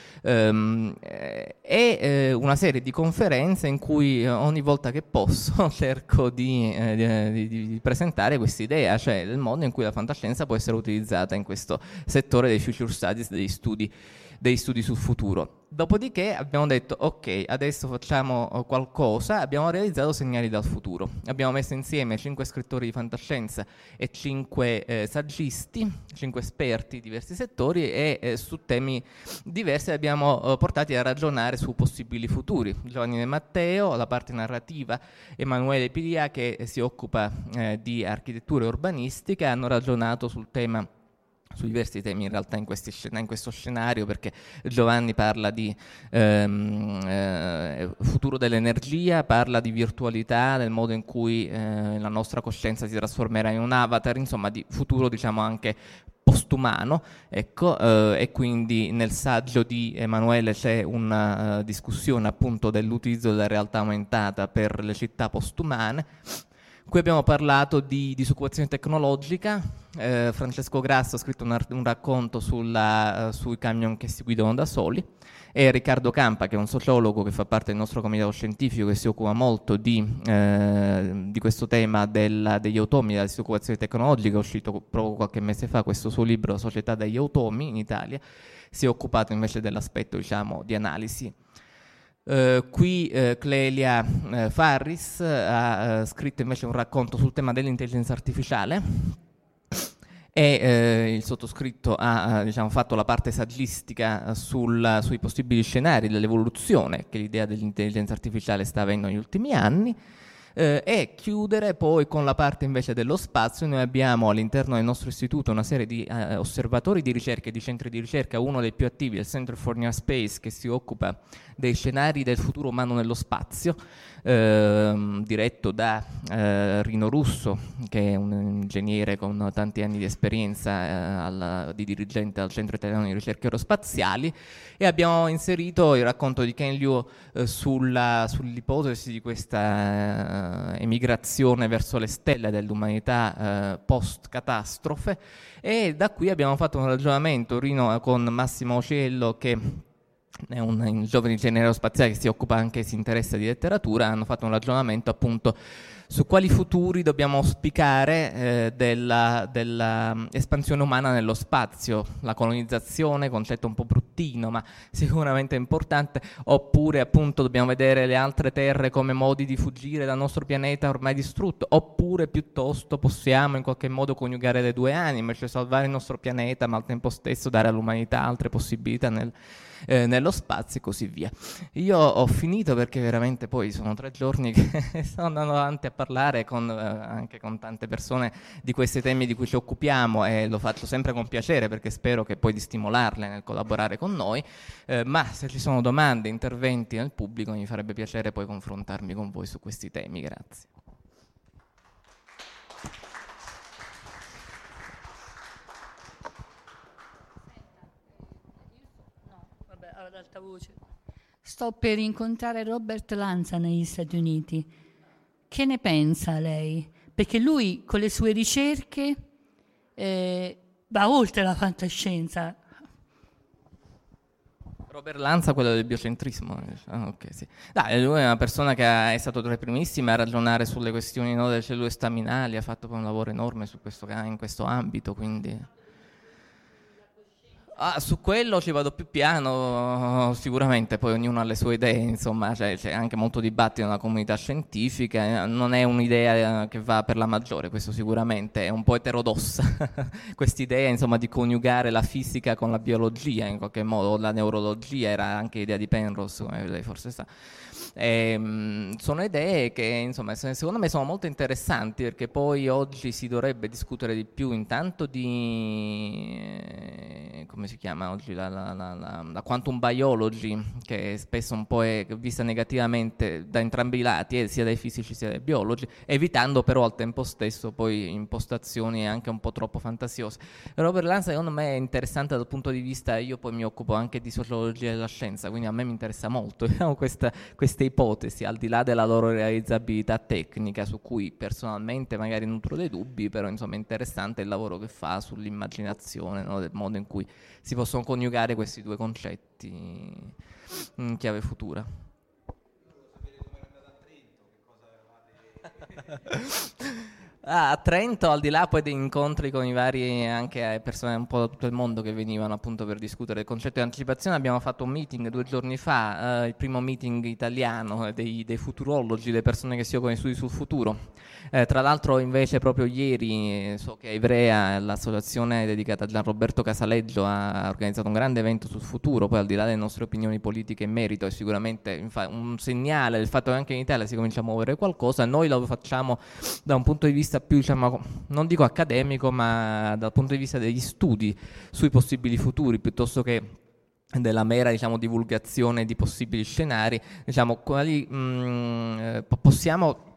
E una serie di conferenze in cui ogni volta che posso cerco di presentare questa idea, cioè del modo in cui la fantascienza può essere utilizzata in questo settore dei future studies, degli studi sul futuro. Dopodiché abbiamo detto ok, adesso facciamo qualcosa. Abbiamo realizzato Segnali dal futuro. Abbiamo messo insieme 5 scrittori di fantascienza e 5 saggisti, 5 esperti di diversi settori, e su temi diversi abbiamo portati a ragionare su possibili futuri. Giovanni De Matteo, la parte narrativa, Emanuele Pilia che si occupa di architettura e urbanistica, hanno ragionato sul tema, su diversi temi in realtà in questo scenario, perché Giovanni parla di futuro dell'energia, parla di virtualità, del modo in cui la nostra coscienza si trasformerà in un avatar, insomma di futuro diciamo anche postumano, ecco, e quindi nel saggio di Emanuele c'è una discussione appunto dell'utilizzo della realtà aumentata per le città postumane. Qui abbiamo parlato di disoccupazione tecnologica. Francesco Grasso ha scritto un racconto sui camion che si guidano da soli, e Riccardo Campa, che è un sociologo che fa parte del nostro comitato scientifico, che si occupa molto di questo tema degli automi, della disoccupazione tecnologica. È uscito proprio qualche mese fa questo suo libro, Società degli automi in Italia. Si è occupato invece dell'aspetto, diciamo, di analisi. Qui Clelia Farris ha scritto invece un racconto sul tema dell'intelligenza artificiale, e il sottoscritto ha diciamo, fatto la parte saggistica sui possibili scenari dell'evoluzione che l'idea dell'intelligenza artificiale sta avendo negli ultimi anni. E chiudere poi con la parte invece dello spazio. Noi abbiamo all'interno del nostro istituto una serie di osservatori di ricerca e di centri di ricerca. Uno dei più attivi è il Center for Near Space, che si occupa dei scenari del futuro umano nello spazio, diretto da Rino Russo, che è un ingegnere con tanti anni di esperienza di dirigente al Centro Italiano di Ricerche Aerospaziali, e abbiamo inserito il racconto di Ken Liu sull'ipotesi di questa emigrazione verso le stelle dell'umanità post-catastrofe, e da qui abbiamo fatto un ragionamento, Rino con Massimo Ocello, che è un giovane ingegnere aerospaziale che si interessa di letteratura. Hanno fatto un ragionamento appunto su quali futuri dobbiamo auspicare della espansione umana nello spazio, la colonizzazione, concetto un po' bruttino ma sicuramente importante, oppure appunto dobbiamo vedere le altre terre come modi di fuggire dal nostro pianeta ormai distrutto, oppure piuttosto possiamo in qualche modo coniugare le due anime, cioè salvare il nostro pianeta ma al tempo stesso dare all'umanità altre possibilità nello spazio e così via. Io ho finito, perché veramente poi sono 3 giorni che sto andando avanti a parlare anche con tante persone di questi temi di cui ci occupiamo, e lo faccio sempre con piacere perché spero che poi di stimolarle nel collaborare con noi, ma se ci sono domande, interventi nel pubblico, mi farebbe piacere poi confrontarmi con voi su questi temi. Grazie. Ad alta voce. Sto per incontrare Robert Lanza negli Stati Uniti. Che ne pensa lei? Perché lui con le sue ricerche va oltre la fantascienza. Robert Lanza, quello del biocentrismo. Okay, sì. Lui è una persona che è stato tra i primissimi a ragionare sulle questioni delle cellule staminali, ha fatto poi un lavoro enorme in questo ambito, quindi... su quello ci vado più piano, sicuramente, poi ognuno ha le sue idee, insomma, c'è anche molto dibattito nella comunità scientifica, non è un'idea che va per la maggiore, questo sicuramente è un po' eterodossa, quest'idea insomma di coniugare la fisica con la biologia in qualche modo, la neurologia era anche idea di Penrose, come lei forse sa. Sono idee che insomma secondo me sono molto interessanti, perché poi oggi si dovrebbe discutere di più intanto di come si chiama oggi la quantum biology, che spesso un po' è vista negativamente da entrambi i lati, sia dai fisici sia dai biologi, evitando però al tempo stesso poi impostazioni anche un po' troppo fantasiose. Robert Lanza secondo me è interessante dal punto di vista, io poi mi occupo anche di sociologia della scienza, quindi a me mi interessa molto queste ipotesi, al di là della loro realizzabilità tecnica, su cui personalmente magari nutro dei dubbi, però insomma è interessante il lavoro che fa sull'immaginazione, no? Del modo in cui si possono coniugare questi due concetti in chiave futura. A Trento, al di là poi degli incontri con i vari anche persone un po' da tutto il mondo che venivano appunto per discutere il concetto di anticipazione, abbiamo fatto un meeting 2 giorni fa, il primo meeting italiano dei futurologi, le persone che si occupano di studi sul futuro. Tra l'altro invece proprio ieri so che a Ivrea l'associazione dedicata a Gianroberto Casaleggio ha organizzato un grande evento sul futuro, poi al di là delle nostre opinioni politiche in merito è sicuramente un segnale del fatto che anche in Italia si comincia a muovere qualcosa. Noi lo facciamo da un punto di vista più, diciamo, non dico accademico, ma dal punto di vista degli studi sui possibili futuri, piuttosto che della mera, diciamo, divulgazione di possibili scenari, diciamo, quali possiamo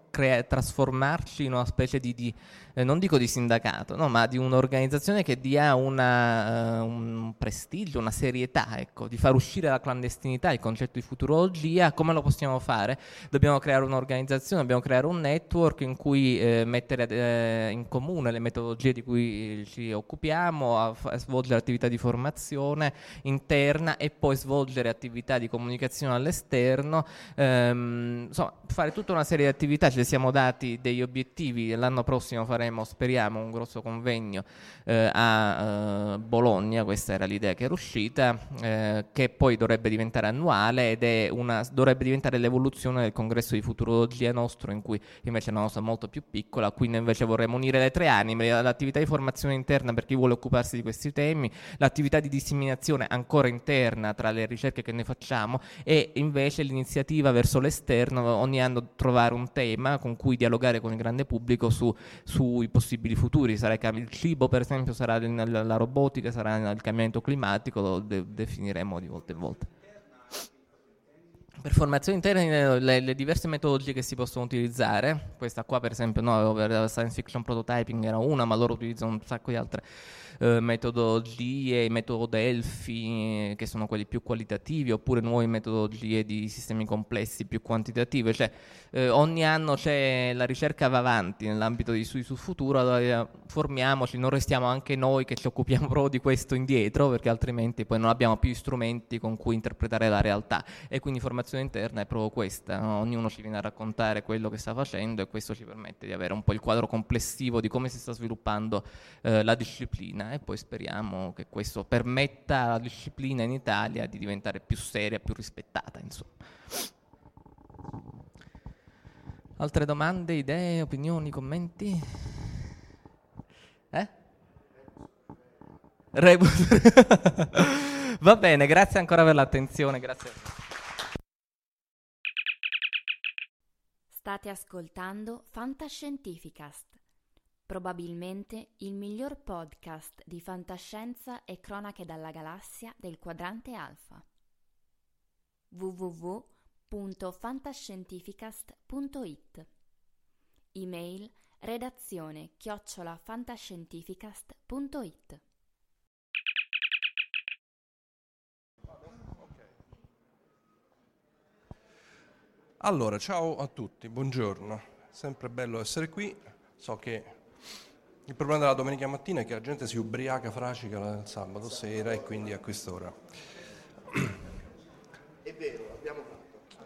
trasformarci in una specie di non dico di sindacato, no, ma di un'organizzazione che dia un prestigio, una serietà, ecco, di far uscire dalla clandestinità il concetto di futurologia. Come lo possiamo fare? Dobbiamo creare un'organizzazione, dobbiamo creare un network in cui mettere in comune le metodologie di cui ci occupiamo, a svolgere attività di formazione interna e poi svolgere attività di comunicazione all'esterno, insomma fare tutta una serie di attività. Ci siamo dati degli obiettivi, l'anno prossimo faremo, speriamo, un grosso convegno a Bologna, questa era l'idea che era uscita, che poi dovrebbe diventare annuale ed dovrebbe diventare l'evoluzione del congresso di futurologia nostro, in cui invece è una cosa molto più piccola. Quindi invece vorremmo unire le tre anime: l'attività di formazione interna per chi vuole occuparsi di questi temi, l'attività di disseminazione ancora interna tra le ricerche che noi facciamo, e invece l'iniziativa verso l'esterno, ogni anno trovare un tema con cui dialogare con il grande pubblico sui possibili futuri. Sarà il cibo, per esempio, sarà la robotica, sarà il cambiamento climatico, lo definiremo di volta in volta. Per formazione interna le diverse metodologie che si possono utilizzare, questa qua per esempio, no, per science fiction prototyping era una, ma loro utilizzano un sacco di altre metodologie, il metodo Delphi, che sono quelli più qualitativi, oppure nuove metodologie di sistemi complessi più quantitativi. Cioè ogni anno la ricerca va avanti nell'ambito di studi sul futuro, allora formiamoci, non restiamo anche noi che ci occupiamo proprio di questo indietro, perché altrimenti poi non abbiamo più strumenti con cui interpretare la realtà. E quindi formazione interna è proprio questa, no? Ognuno ci viene a raccontare quello che sta facendo, e questo ci permette di avere un po' il quadro complessivo di come si sta sviluppando la disciplina, e poi speriamo che questo permetta alla disciplina in Italia di diventare più seria, più rispettata, insomma. Altre domande, idee, opinioni, commenti? Va bene, grazie ancora per l'attenzione, grazie. State ascoltando Fantascientificast, probabilmente il miglior podcast di fantascienza e cronache dalla galassia del quadrante alfa. www.fantascientificast.it. Email redazione@fantascientificast.it. Allora, ciao a tutti, buongiorno, sempre bello essere qui. So che il problema della domenica mattina è che la gente si ubriaca fracica il sabato sera, e quindi a quest'ora. È vero, l'abbiamo fatto.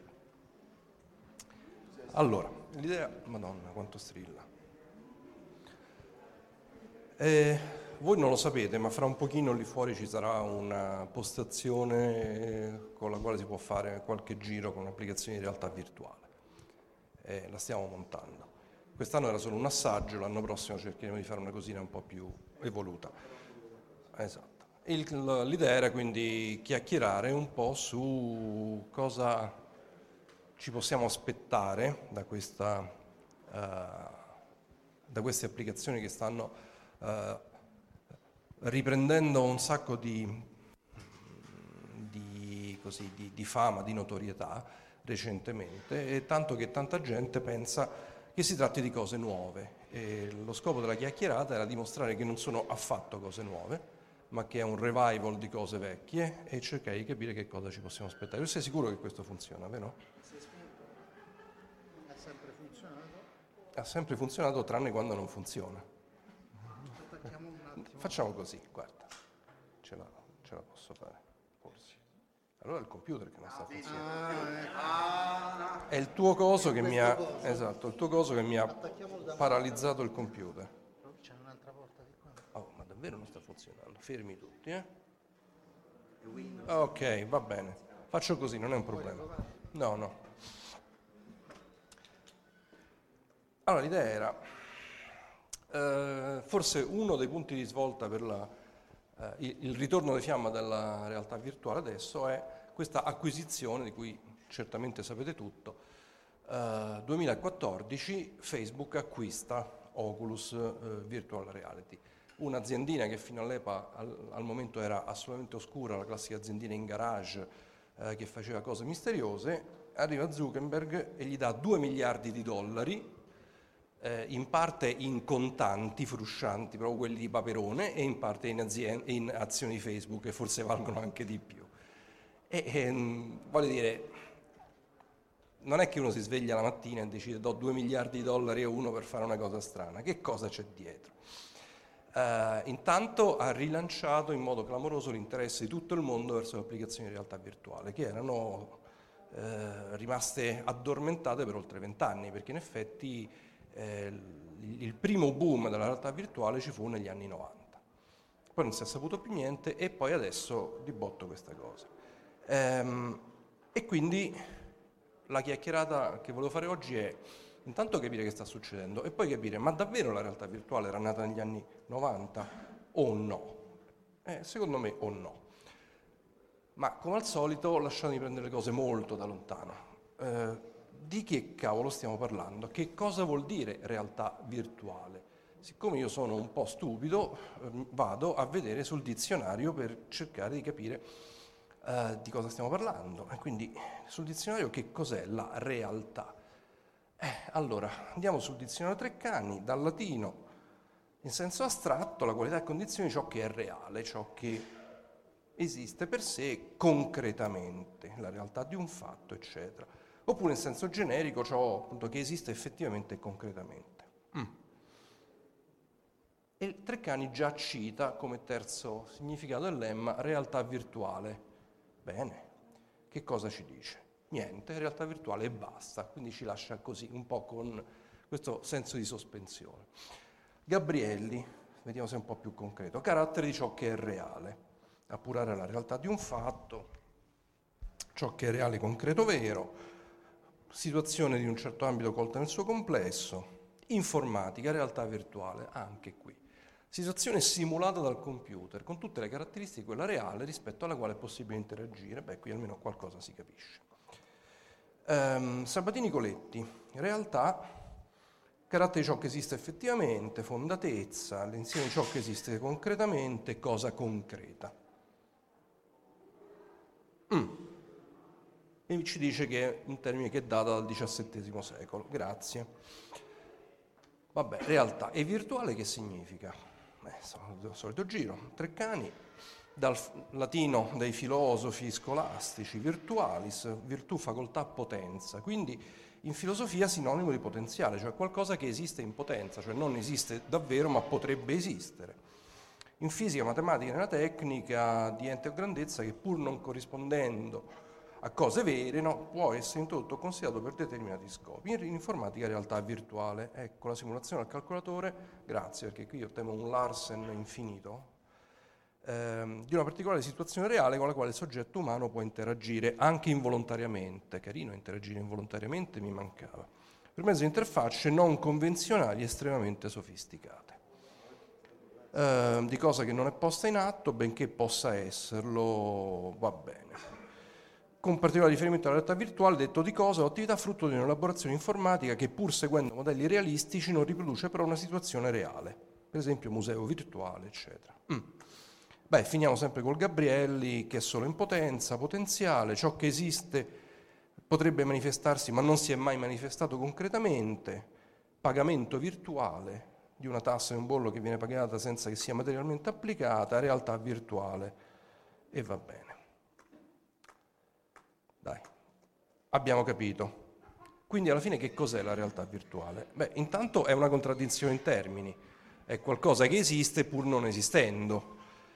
Allora, l'idea... Madonna, quanto strilla. Voi non lo sapete, ma fra un pochino lì fuori ci sarà una postazione con la quale si può fare qualche giro con un'applicazione di realtà virtuale. La stiamo montando. Quest'anno era solo un assaggio, l'anno prossimo cercheremo di fare una cosina un po' più evoluta. Esatto. L'idea era quindi chiacchierare un po' su cosa ci possiamo aspettare da queste applicazioni che stanno riprendendo un sacco di fama, di notorietà recentemente, e tanto che tanta gente pensa che si tratti di cose nuove. E lo scopo della chiacchierata era dimostrare che non sono affatto cose nuove, ma che è un revival di cose vecchie, e cercare di capire che cosa ci possiamo aspettare. Tu sei sicuro che questo funziona, vero? Ha sempre funzionato? Ha sempre funzionato, tranne quando non funziona. Attacchiamo un attimo. Facciamo così, guarda, ce la posso fare, forse. Allora è il computer che non sta funzionando. È il tuo coso che mi ha, esatto, il tuo coso che mi ha paralizzato il computer. C'è un'altra porta di qua. Oh, ma davvero non sta funzionando, fermi tutti, Ok, va bene, faccio così, non è un problema. No. Allora, l'idea era... forse uno dei punti di svolta per il ritorno di fiamma della realtà virtuale adesso è questa acquisizione, di cui certamente sapete tutto. 2014 Facebook acquista Oculus Virtual Reality, un'aziendina che fino all'epoca al momento era assolutamente oscura, la classica aziendina in garage che faceva cose misteriose. arriva Zuckerberg e gli dà 2 miliardi di dollari, in parte in contanti fruscianti, proprio quelli di Paperone, e in parte in azioni Facebook, che forse valgono anche di più. Voglio dire, non è che uno si sveglia la mattina e decide do 2 miliardi di dollari a uno per fare una cosa strana. Che cosa c'è dietro? Intanto ha rilanciato in modo clamoroso l'interesse di tutto il mondo verso le applicazioni di realtà virtuale, che erano rimaste addormentate per oltre 20 anni, perché in effetti il primo boom della realtà virtuale ci fu negli anni 90. Poi non si è saputo più niente e poi adesso di botto questa cosa. E quindi la chiacchierata che volevo fare oggi è intanto capire che sta succedendo e poi capire, ma davvero la realtà virtuale era nata negli anni 90 o no? Secondo me o no. Ma come al solito lasciatemi prendere le cose molto da lontano. Di che cavolo stiamo parlando? Che cosa vuol dire realtà virtuale? Siccome io sono un po' stupido, vado a vedere sul dizionario per cercare di capire di cosa stiamo parlando. E quindi sul dizionario che cos'è la realtà? Allora, andiamo sul dizionario Treccani, dal latino, in senso astratto, la qualità e condizioni di ciò che è reale, ciò che esiste per sé concretamente, la realtà di un fatto, eccetera. Oppure in senso generico, ciò appunto che esiste effettivamente e concretamente. E Treccani già cita come terzo significato del lemma realtà virtuale. Bene, che cosa ci dice? Niente, realtà virtuale e basta, quindi ci lascia così, un po' con questo senso di sospensione. Gabrielli, vediamo se è un po' più concreto, carattere di ciò che è reale, appurare la realtà di un fatto, ciò che è reale, concreto, vero, situazione di un certo ambito colta nel suo complesso, informatica, realtà virtuale, anche qui. Situazione simulata dal computer, con tutte le caratteristiche di quella reale rispetto alla quale è possibile interagire. Beh, qui almeno qualcosa si capisce. Sabatini Coletti, realtà, carattere di ciò che esiste effettivamente, fondatezza, l'insieme di ciò che esiste concretamente, cosa concreta. E ci dice che è un termine che data dal XVII secolo. Grazie. Vabbè, realtà. E virtuale che significa? Solito giro. Treccani, dal latino dei filosofi scolastici, virtualis, virtù, facoltà, potenza. Quindi in filosofia sinonimo di potenziale, cioè qualcosa che esiste in potenza, cioè non esiste davvero ma potrebbe esistere. In fisica, matematica e nella tecnica di ente o grandezza che pur non corrispondendo a cose vere, no, può essere introdotto o considerato per determinati scopi. In informatica realtà virtuale, ecco la simulazione al calcolatore, grazie perché qui io temo un Larsen infinito, di una particolare situazione reale con la quale il soggetto umano può interagire anche involontariamente. Carino interagire involontariamente, mi mancava, per mezzo di interfacce non convenzionali estremamente sofisticate. Di cosa che non è posta in atto, benché possa esserlo, va bene. Con particolare riferimento alla realtà virtuale, detto di cosa o attività frutto di un'elaborazione informatica che pur seguendo modelli realistici non riproduce però una situazione reale, per esempio museo virtuale, eccetera. Beh, finiamo sempre col Gabrielli, che è solo in potenza, potenziale, ciò che esiste potrebbe manifestarsi ma non si è mai manifestato concretamente, pagamento virtuale di una tassa e un bollo che viene pagata senza che sia materialmente applicata, realtà virtuale, e va bene. Dai, abbiamo capito. Quindi alla fine che cos'è la realtà virtuale? Beh, intanto è una contraddizione in termini, è qualcosa che esiste pur non esistendo.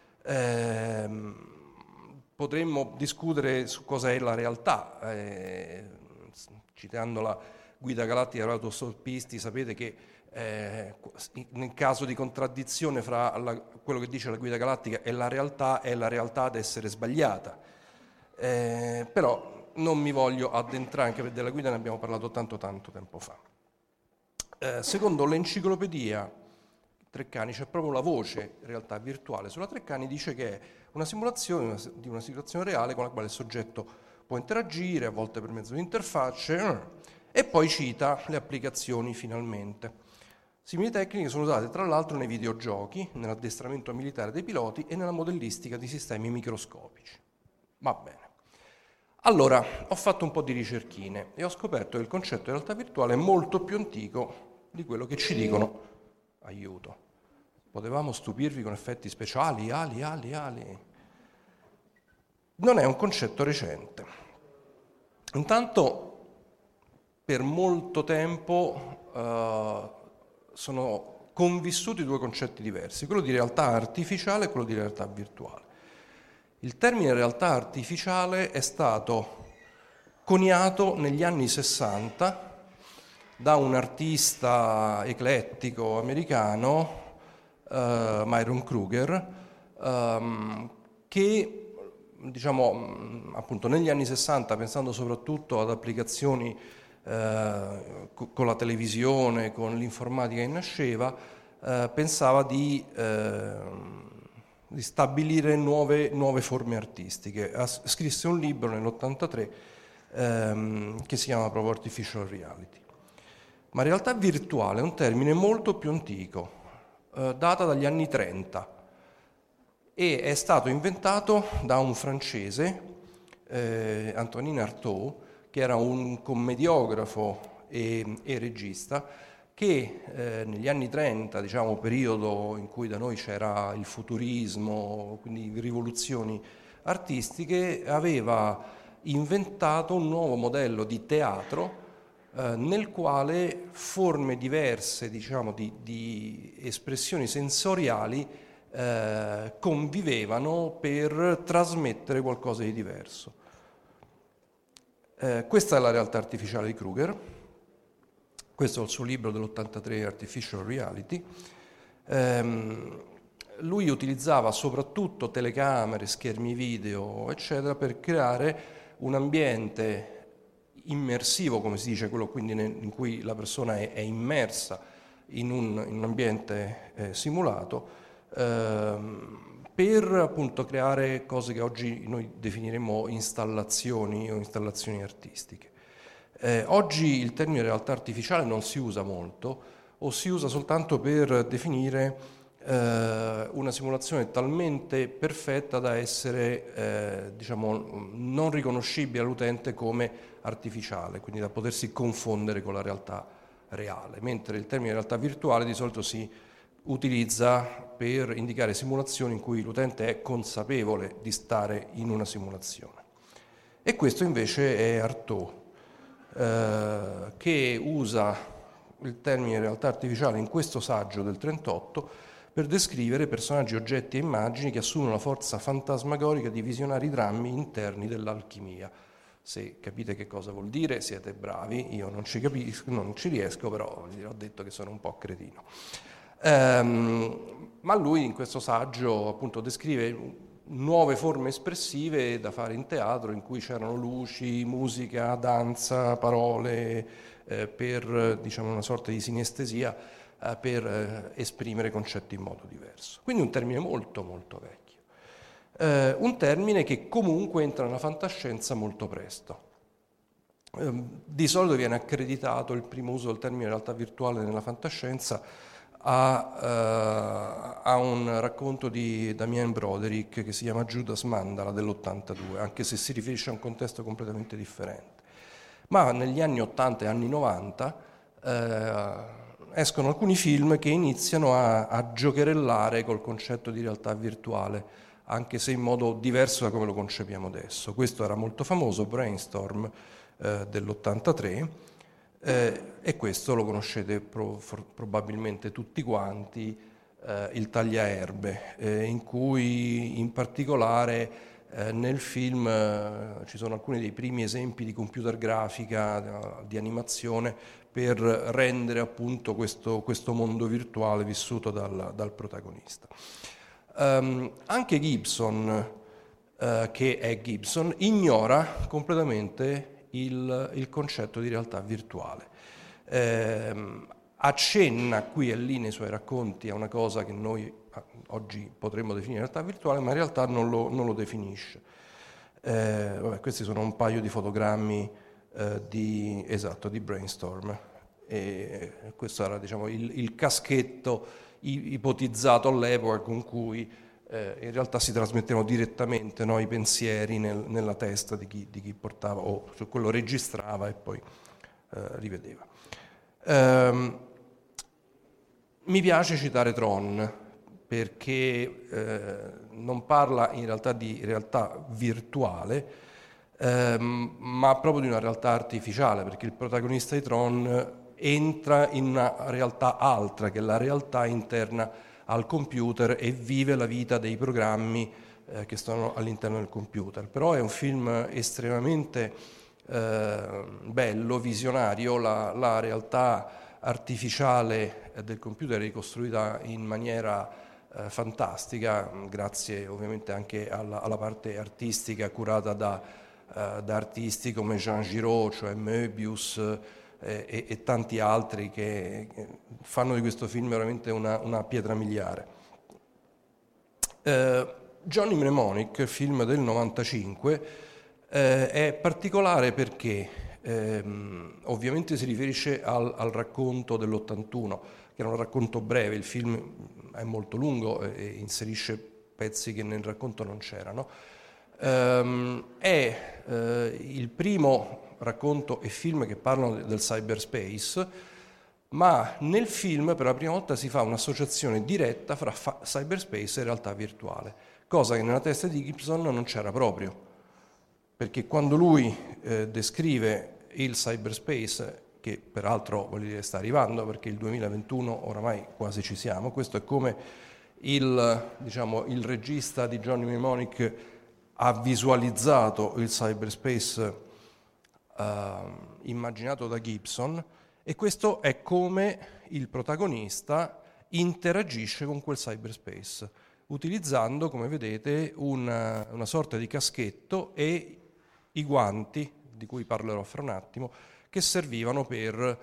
Potremmo discutere su cosa è la realtà, citando la guida galattica degli autostoppisti, sapete che nel caso di contraddizione fra quello che dice la guida galattica e la realtà ad essere sbagliata. Però non mi voglio addentrare, anche perché della guida ne abbiamo parlato tanto tempo fa. Secondo l'enciclopedia Treccani c'è proprio la voce realtà virtuale sulla Treccani, dice che è una simulazione di una situazione reale con la quale il soggetto può interagire, a volte per mezzo di interfacce, e poi cita le applicazioni finalmente. Simili tecniche sono usate tra l'altro nei videogiochi, nell'addestramento militare dei piloti e nella modellistica di sistemi microscopici. Va bene. Allora, ho fatto un po' di ricerchine e ho scoperto che il concetto di realtà virtuale è molto più antico di quello che ci dicono. Aiuto. Potevamo stupirvi con effetti speciali, ali. Non è un concetto recente. Intanto, per molto tempo sono convissuti due concetti diversi, quello di realtà artificiale e quello di realtà virtuale. Il termine realtà artificiale è stato coniato negli anni 60 da un artista eclettico americano, Myron Kruger, che appunto negli anni 60, pensando soprattutto ad applicazioni con la televisione, con l'informatica che nasceva, pensava di stabilire nuove forme artistiche. Scrisse un libro nell'83 che si chiama proprio Artificial Reality. Ma realtà virtuale è un termine molto più antico, data dagli anni 30, e è stato inventato da un francese, Antonin Artaud, che era un commediografo e regista, che negli anni 30, periodo in cui da noi c'era il futurismo, quindi rivoluzioni artistiche, aveva inventato un nuovo modello di teatro nel quale forme diverse, di espressioni sensoriali convivevano per trasmettere qualcosa di diverso. Questa è la realtà artificiale di Kruger. Questo è il suo libro dell'83, Artificial Reality. Lui utilizzava soprattutto telecamere, schermi video, eccetera, per creare un ambiente immersivo, come si dice, quello quindi in cui la persona è immersa in un ambiente simulato, per appunto creare cose che oggi noi definiremmo installazioni o installazioni artistiche. Oggi il termine realtà artificiale non si usa molto, o si usa soltanto per definire una simulazione talmente perfetta da essere non riconoscibile all'utente come artificiale, quindi da potersi confondere con la realtà reale, mentre il termine realtà virtuale di solito si utilizza per indicare simulazioni in cui l'utente è consapevole di stare in una simulazione. E questo invece è Artaud, che usa il termine realtà artificiale in questo saggio del 1938 per descrivere personaggi, oggetti e immagini che assumono la forza fantasmagorica di visionari drammi interni dell'alchimia. Se capite che cosa vuol dire, siete bravi, io non ci capisco, non ci riesco, però gli ho detto che sono un po' cretino. Ma lui in questo saggio appunto descrive nuove forme espressive da fare in teatro, in cui c'erano luci, musica, danza, parole, per una sorta di sinestesia, per esprimere concetti in modo diverso. Quindi un termine molto molto vecchio, un termine che comunque entra nella fantascienza molto presto. Di solito viene accreditato il primo uso del termine realtà virtuale nella fantascienza a un racconto di Damien Broderick che si chiama Judas Mandala dell'82, anche se si riferisce a un contesto completamente differente. Ma negli anni 80 e anni 90 escono alcuni film che iniziano a giocherellare col concetto di realtà virtuale, anche se in modo diverso da come lo concepiamo adesso. Questo era molto famoso, Brainstorm dell'83, e questo lo conoscete probabilmente tutti quanti, il tagliaerbe, in cui in particolare nel film ci sono alcuni dei primi esempi di computer grafica, di animazione, per rendere appunto questo mondo virtuale vissuto dal protagonista. Anche Gibson, che è Gibson, ignora completamente il concetto di realtà virtuale. Accenna qui e lì nei suoi racconti a una cosa che noi oggi potremmo definire realtà virtuale, ma in realtà non lo definisce. Questi sono un paio di fotogrammi di Brainstorm. E questo era il caschetto ipotizzato all'epoca con cui in realtà si trasmettevano direttamente, no, i pensieri nella testa di chi portava, o su quello registrava e poi rivedeva. Mi piace citare Tron perché non parla in realtà di realtà virtuale, ma proprio di una realtà artificiale, perché il protagonista di Tron entra in una realtà altra, che è la realtà interna al computer, e vive la vita dei programmi che stanno all'interno del computer. Però è un film estremamente bello, visionario. La realtà artificiale del computer è ricostruita in maniera fantastica, grazie ovviamente anche alla parte artistica curata da artisti come Jean Giraud, cioè Möbius, e tanti altri che fanno di questo film veramente una pietra miliare. Johnny Mnemonic, film del 95, è particolare perché ovviamente si riferisce al racconto dell'81, che era un racconto breve. Il film è molto lungo e inserisce pezzi che nel racconto non c'erano. È il primo racconto e film che parlano del cyberspace, ma nel film per la prima volta si fa un'associazione diretta fra cyberspace e realtà virtuale, cosa che nella testa di Gibson non c'era proprio, perché quando lui descrive il cyberspace, che peraltro vuol dire sta arrivando perché il 2021 oramai quasi ci siamo, questo è come il regista di Johnny Mnemonic ha visualizzato il cyberspace immaginato da Gibson, e questo è come il protagonista interagisce con quel cyberspace, utilizzando, come vedete, una sorta di caschetto e i guanti, di cui parlerò fra un attimo, che servivano per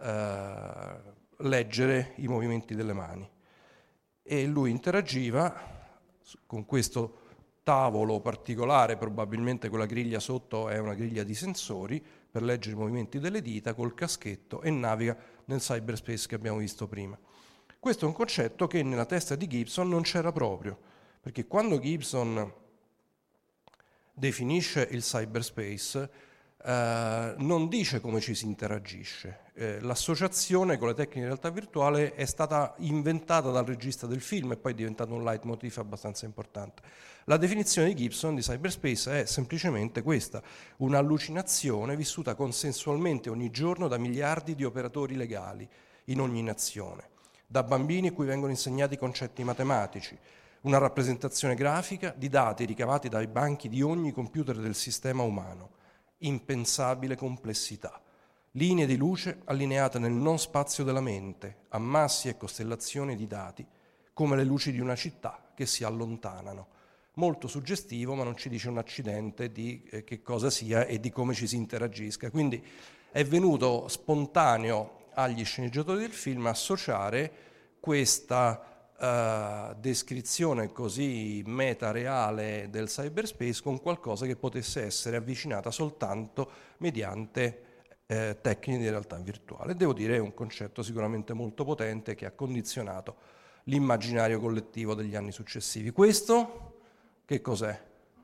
leggere i movimenti delle mani. E lui interagiva con questo tavolo particolare, probabilmente quella griglia sotto è una griglia di sensori per leggere i movimenti delle dita, col caschetto, e naviga nel cyberspace che abbiamo visto prima. Questo è un concetto che nella testa di Gibson non c'era proprio, perché quando Gibson definisce il cyberspace non dice come ci si interagisce. L'associazione con le tecniche di realtà virtuale è stata inventata dal regista del film e poi è diventato un leitmotiv abbastanza importante. La definizione di Gibson di cyberspace è semplicemente questa: un'allucinazione vissuta consensualmente ogni giorno da miliardi di operatori legali in ogni nazione, da bambini a cui vengono insegnati concetti matematici, una rappresentazione grafica di dati ricavati dai banchi di ogni computer del sistema umano, impensabile complessità, linee di luce allineate nel non spazio della mente, ammassi e costellazioni di dati, come le luci di una città che si allontanano. Molto suggestivo, ma non ci dice un accidente di che cosa sia e di come ci si interagisca. Quindi è venuto spontaneo agli sceneggiatori del film associare questa descrizione così meta-reale del cyberspace con qualcosa che potesse essere avvicinata soltanto mediante tecniche di realtà virtuale. Devo dire, è un concetto sicuramente molto potente che ha condizionato l'immaginario collettivo degli anni successivi. Questo che cos'è?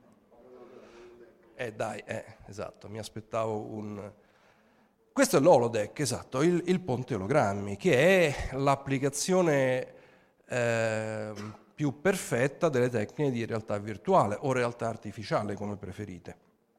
Esatto, mi aspettavo un... Questo è l'holodeck, esatto, il ponte ologrammi, che è l'applicazione più perfetta delle tecniche di realtà virtuale o realtà artificiale, come preferite.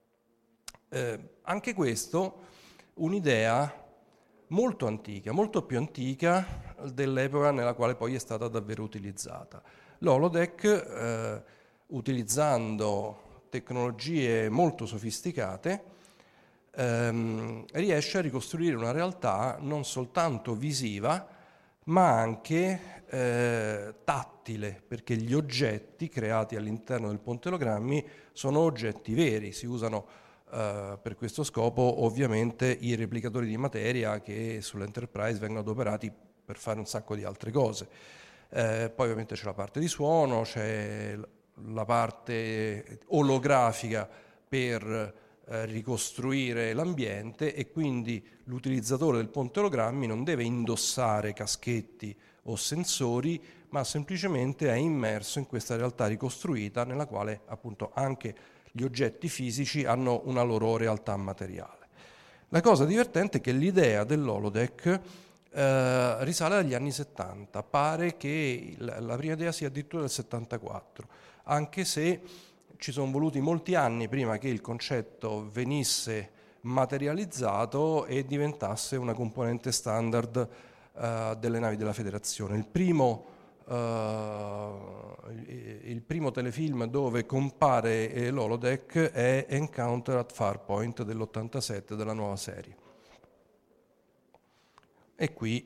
Anche questo un'idea molto antica, molto più antica dell'epoca nella quale poi è stata davvero utilizzata. L'holodeck, utilizzando tecnologie molto sofisticate, riesce a ricostruire una realtà non soltanto visiva, ma anche tattile, perché gli oggetti creati all'interno del ponte ologrammi sono oggetti veri. Si usano per questo scopo ovviamente i replicatori di materia che sull'Enterprise vengono adoperati per fare un sacco di altre cose. Poi ovviamente c'è la parte di suono, c'è la parte olografica per ricostruire l'ambiente, e quindi l'utilizzatore del ponte ologrammi non deve indossare caschetti o sensori, ma semplicemente è immerso in questa realtà ricostruita nella quale appunto anche gli oggetti fisici hanno una loro realtà materiale. La cosa divertente è che l'idea dell'holodeck risale agli anni 70, pare che la prima idea sia addirittura del 74, anche se ci sono voluti molti anni prima che il concetto venisse materializzato e diventasse una componente standard delle navi della Federazione. Il primo telefilm dove compare l'holodeck è Encounter at Farpoint dell'87 della nuova serie. E qui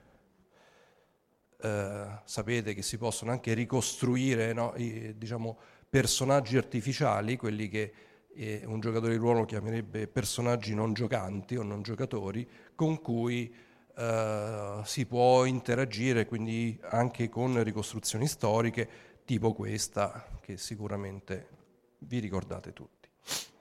sapete che si possono anche ricostruire, no, diciamo, personaggi artificiali, quelli che un giocatore di ruolo chiamerebbe personaggi non giocanti o non giocatori, con cui si può interagire, quindi anche con ricostruzioni storiche tipo questa, che sicuramente vi ricordate tutti.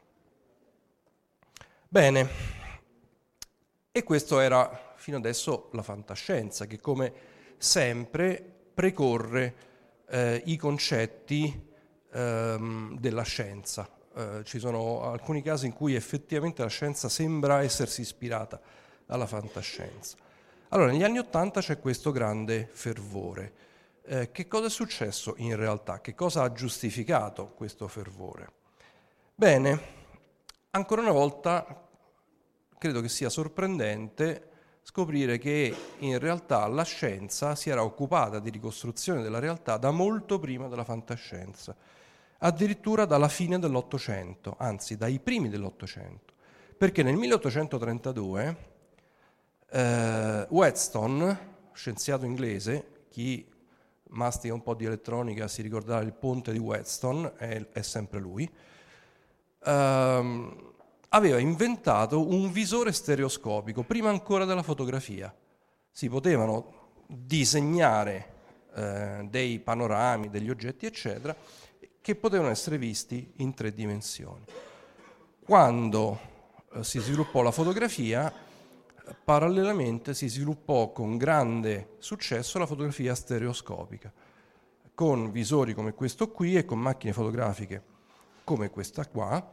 Bene, e questo era fino adesso la fantascienza, che come sempre precorre i concetti della scienza. Ci sono alcuni casi in cui effettivamente la scienza sembra essersi ispirata alla fantascienza. Allora, negli anni '80 c'è questo grande fervore. Che cosa è successo in realtà? Che cosa ha giustificato questo fervore? Bene, ancora una volta credo che sia sorprendente scoprire che in realtà la scienza si era occupata di ricostruzione della realtà da molto prima della fantascienza, addirittura dalla fine dell'Ottocento, anzi dai primi dell'Ottocento, perché nel 1832 Wheatstone, scienziato inglese, chi mastica un po' di elettronica si ricorderà il ponte di Wheatstone, è sempre lui, aveva inventato un visore stereoscopico, prima ancora della fotografia. Si potevano disegnare dei panorami, degli oggetti, eccetera, che potevano essere visti in 3 dimensioni. Quando si sviluppò la fotografia, parallelamente si sviluppò con grande successo la fotografia stereoscopica, con visori come questo qui e con macchine fotografiche come questa qua.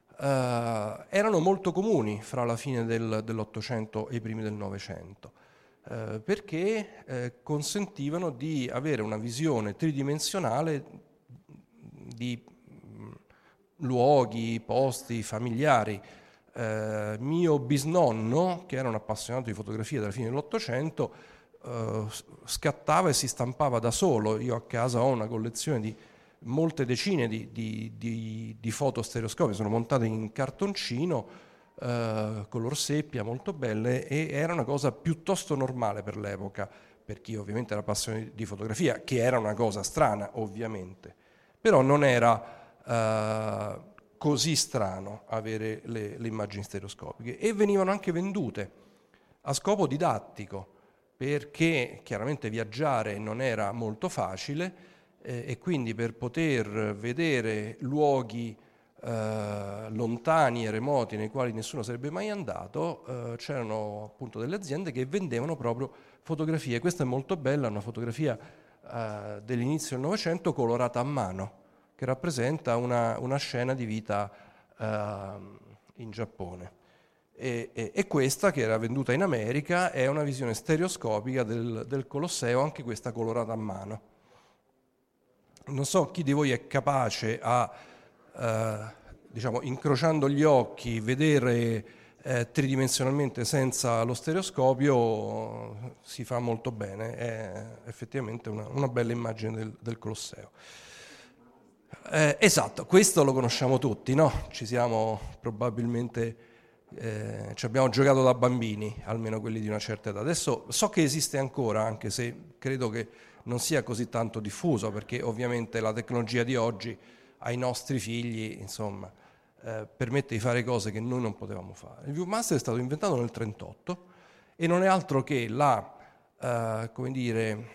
Erano molto comuni fra la fine dell'Ottocento e i primi del Novecento, perché consentivano di avere una visione tridimensionale di luoghi, posti, familiari. Mio bisnonno, che era un appassionato di fotografia dalla fine dell'Ottocento, scattava e si stampava da solo. Io a casa ho una collezione di molte decine di foto stereoscopiche, sono montate in cartoncino, color seppia, molto belle, e era una cosa piuttosto normale per l'epoca, per chi ovviamente era appassionato di fotografia, che era una cosa strana ovviamente, però non era così strano avere le immagini stereoscopiche, e venivano anche vendute a scopo didattico, perché chiaramente viaggiare non era molto facile, e quindi per poter vedere luoghi lontani e remoti nei quali nessuno sarebbe mai andato, c'erano appunto delle aziende che vendevano proprio fotografie. Questa è molto bella, una fotografia dell'inizio del Novecento colorata a mano, che rappresenta una scena di vita in Giappone. E questa, che era venduta in America, è una visione stereoscopica del Colosseo, anche questa colorata a mano. Non so chi di voi è capace a, diciamo, incrociando gli occhi, vedere tridimensionalmente senza lo stereoscopio. Si fa molto bene, è effettivamente una bella immagine del Colosseo. Esatto, questo lo conosciamo tutti, no? Ci siamo probabilmente, ci abbiamo giocato da bambini, almeno quelli di una certa età. Adesso so che esiste ancora, anche se credo che non sia così tanto diffuso, perché ovviamente la tecnologia di oggi ai nostri figli, insomma, permette di fare cose che noi non potevamo fare. Il Viewmaster è stato inventato nel 1938 e non è altro che come dire,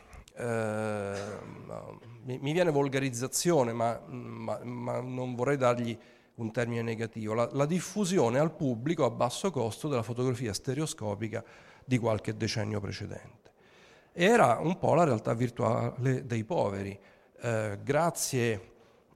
mi viene volgarizzazione, ma non vorrei dargli un termine negativo, la diffusione al pubblico a basso costo della fotografia stereoscopica di qualche decennio precedente. Era un po' la realtà virtuale dei poveri. Grazie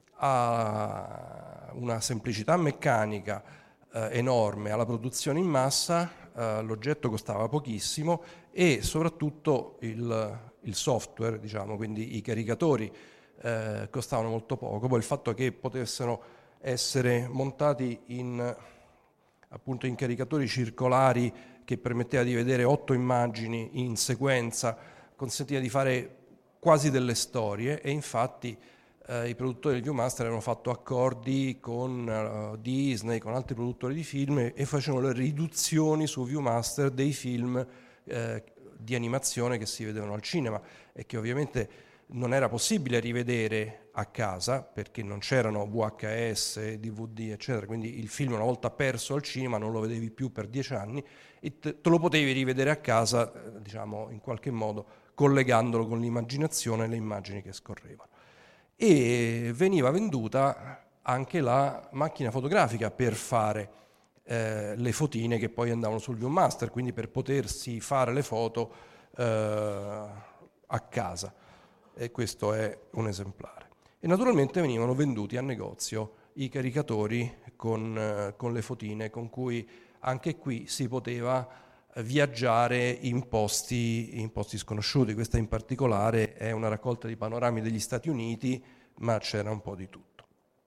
a una semplicità meccanica enorme, alla produzione in massa, l'oggetto costava pochissimo e soprattutto il software, diciamo, quindi i caricatori costavano molto poco. Poi il fatto che potessero essere montati appunto in caricatori circolari che permetteva di vedere 8 immagini in sequenza, consentiva di fare quasi delle storie, e infatti i produttori del Viewmaster avevano fatto accordi con Disney, con altri produttori di film, e facevano le riduzioni su Viewmaster dei film di animazione che si vedevano al cinema e che ovviamente non era possibile rivedere a casa perché non c'erano VHS, DVD, eccetera, quindi il film una volta perso al cinema non lo vedevi più per 10 anni e te lo potevi rivedere a casa, diciamo, in qualche modo collegandolo con l'immaginazione e le immagini che scorrevano. E veniva venduta anche la macchina fotografica per fare le fotine che poi andavano sul Viewmaster, quindi per potersi fare le foto a casa. E questo è un esemplare. E naturalmente venivano venduti a negozio i caricatori con le fotine, con cui anche qui si poteva viaggiare in posti sconosciuti. Questa in particolare è una raccolta di panorami degli Stati Uniti, ma c'era un po' di tutto.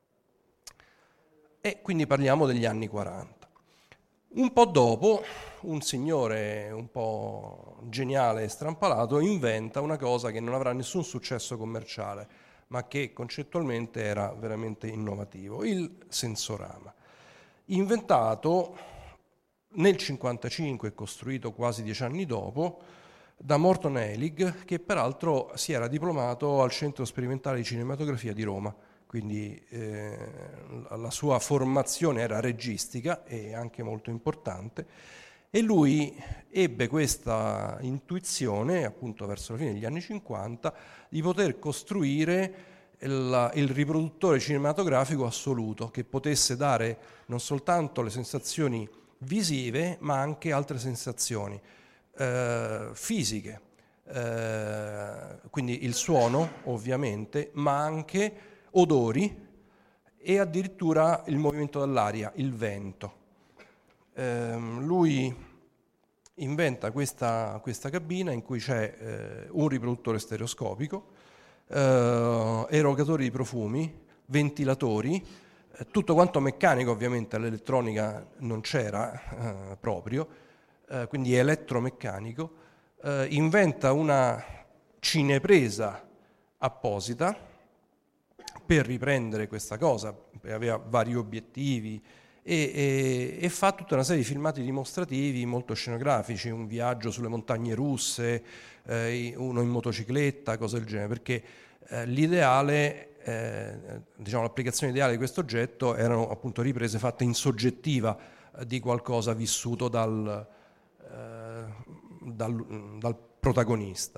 E quindi parliamo degli anni 40. Un po' dopo, un signore un po' geniale e strampalato inventa una cosa che non avrà nessun successo commerciale, ma che concettualmente era veramente innovativo: il sensorama. Inventato nel 1955 e costruito quasi 10 anni dopo da Morton Heilig, che peraltro si era diplomato al Centro Sperimentale di Cinematografia di Roma. Quindi la sua formazione era registica e anche molto importante, e lui ebbe questa intuizione, appunto verso la fine degli anni 50, di poter costruire il riproduttore cinematografico assoluto, che potesse dare non soltanto le sensazioni visive, ma anche altre sensazioni fisiche, quindi il suono ovviamente, ma anche odori e addirittura il movimento dell'aria, il vento. Lui inventa questa cabina in cui c'è un riproduttore stereoscopico, erogatori di profumi, ventilatori, tutto quanto meccanico, ovviamente l'elettronica non c'era proprio, quindi elettromeccanico. Inventa una cinepresa apposita per riprendere questa cosa, aveva vari obiettivi e fa tutta una serie di filmati dimostrativi molto scenografici, un viaggio sulle montagne russe, uno in motocicletta, cose del genere, perché l'ideale, diciamo l'applicazione ideale di questo oggetto erano appunto riprese fatte in soggettiva di qualcosa vissuto dal protagonista.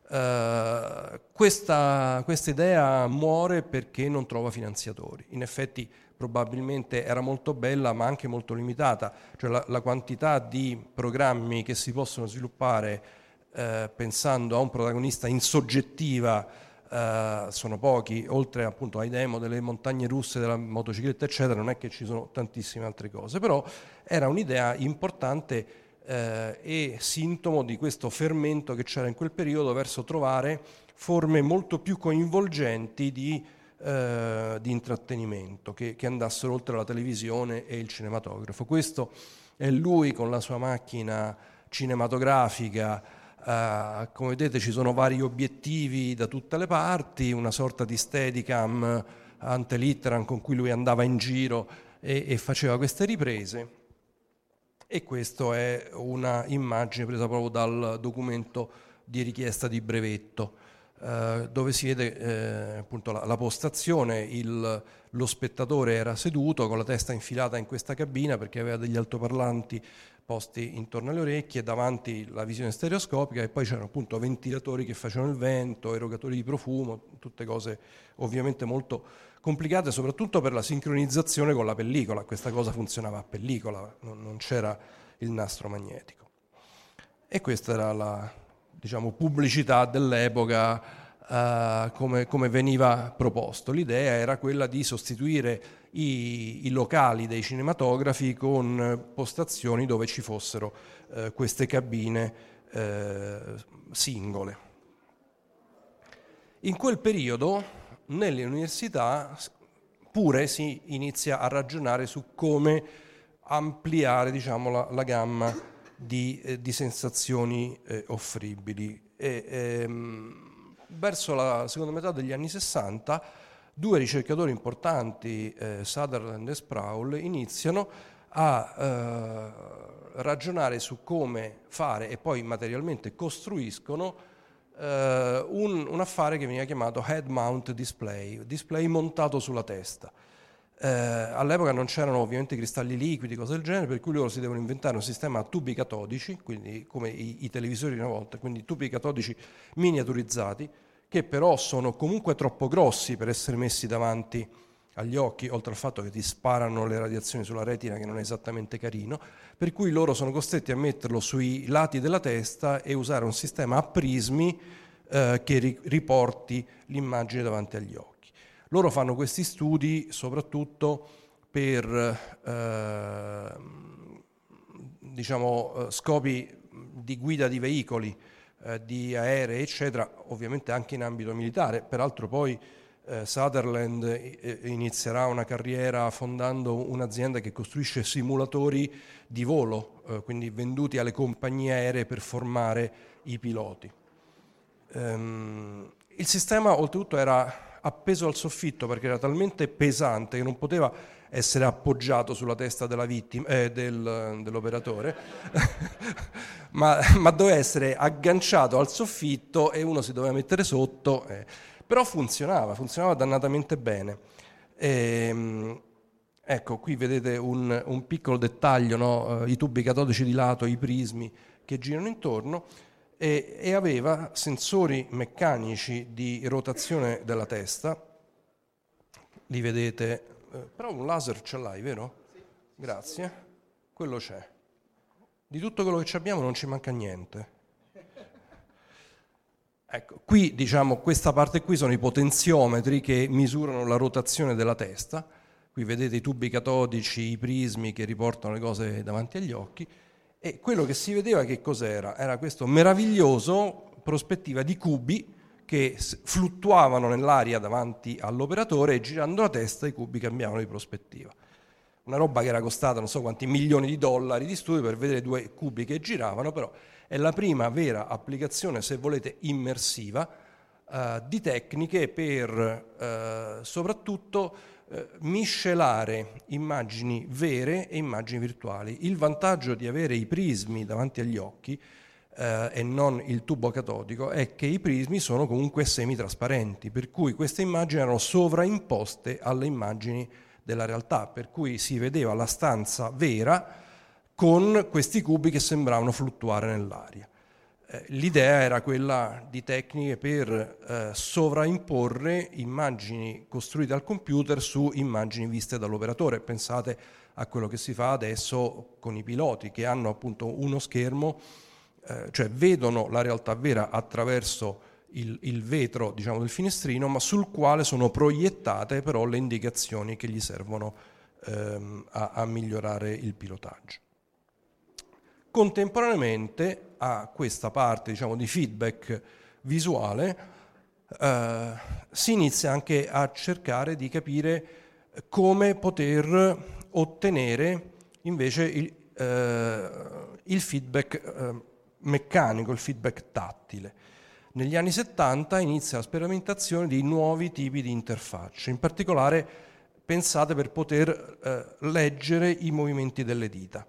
Questa idea muore perché non trova finanziatori. In effetti probabilmente era molto bella ma anche molto limitata, cioè la quantità di programmi che si possono sviluppare pensando a un protagonista in soggettiva sono pochi, oltre appunto ai demo delle montagne russe, della motocicletta eccetera, non è che ci sono tantissime altre cose, però era un'idea importante e sintomo di questo fermento che c'era in quel periodo verso trovare forme molto più coinvolgenti di intrattenimento che andassero oltre la televisione e il cinematografo. Questo è lui con la sua macchina cinematografica, come vedete ci sono vari obiettivi da tutte le parti, una sorta di Steadicam ante litteram con cui lui andava in giro e faceva queste riprese. E questa è una immagine presa proprio dal documento di richiesta di brevetto, dove si vede appunto la postazione, lo spettatore era seduto con la testa infilata in questa cabina perché aveva degli altoparlanti posti intorno alle orecchie, davanti la visione stereoscopica, e poi c'erano appunto ventilatori che facevano il vento, erogatori di profumo, tutte cose ovviamente molto complicate, soprattutto per la sincronizzazione con la pellicola. Questa cosa funzionava a pellicola, non c'era il nastro magnetico. E questa era diciamo, pubblicità dell'epoca come veniva proposto. L'idea era quella di sostituire i locali dei cinematografi con postazioni dove ci fossero queste cabine singole. In quel periodo nelle università pure si inizia a ragionare su come ampliare, diciamo, la gamma di sensazioni offribili. Verso la seconda metà degli anni 60 due ricercatori importanti, Sutherland e Sproul, iniziano a ragionare su come fare, e poi materialmente costruiscono un affare che veniva chiamato head mount display montato sulla testa. All'epoca non c'erano ovviamente cristalli liquidi, cose del genere, per cui loro si devono inventare un sistema a tubi catodici, quindi come i televisori di una volta, quindi tubi catodici miniaturizzati, che però sono comunque troppo grossi per essere messi davanti agli occhi, oltre al fatto che ti sparano le radiazioni sulla retina, che non è esattamente carino, per cui loro sono costretti a metterlo sui lati della testa e usare un sistema a prismi che riporti l'immagine davanti agli occhi. Loro fanno questi studi soprattutto per diciamo, scopi di guida di veicoli, di aerei, eccetera, ovviamente anche in ambito militare. Peraltro poi Sutherland inizierà una carriera fondando un'azienda che costruisce simulatori di volo, quindi venduti alle compagnie aeree per formare i piloti. Il sistema oltretutto era appeso al soffitto perché era talmente pesante che non poteva essere appoggiato sulla testa della vittima, dell'operatore, ma doveva essere agganciato al soffitto e uno si doveva mettere sotto. Però funzionava dannatamente bene. Ecco, qui vedete un piccolo dettaglio, no? I tubi catodici di lato, i prismi che girano intorno, e aveva sensori meccanici di rotazione della testa. Li vedete, però un laser ce l'hai, vero? Sì. Grazie. Quello c'è. Di tutto quello che abbiamo non ci manca niente. Ecco, qui diciamo questa parte qui sono i potenziometri che misurano la rotazione della testa. Qui vedete i tubi catodici, i prismi che riportano le cose davanti agli occhi, e quello che si vedeva che cos'era? Era questo meraviglioso prospettiva di cubi che fluttuavano nell'aria davanti all'operatore e girando la testa i cubi cambiavano di prospettiva. Una roba che era costata non so quanti milioni di dollari di studio per vedere due cubi che giravano, però è la prima vera applicazione, se volete, immersiva di tecniche per soprattutto miscelare immagini vere e immagini virtuali. Il vantaggio di avere i prismi davanti agli occhi e non il tubo catodico è che i prismi sono comunque semitrasparenti, per cui queste immagini erano sovraimposte alle immagini della realtà, per cui si vedeva la stanza vera con questi cubi che sembravano fluttuare nell'aria. L'idea era quella di tecniche per sovraimporre immagini costruite al computer su immagini viste dall'operatore. Pensate a quello che si fa adesso con i piloti, che hanno appunto uno schermo, cioè vedono la realtà vera attraverso il vetro, diciamo, del finestrino, ma sul quale sono proiettate però le indicazioni che gli servono a migliorare il pilotaggio. Contemporaneamente a questa parte, diciamo, di feedback visuale si inizia anche a cercare di capire come poter ottenere invece il feedback meccanico, il feedback tattile. Negli anni 70 inizia la sperimentazione di nuovi tipi di interfacce, in particolare pensate per poter leggere i movimenti delle dita.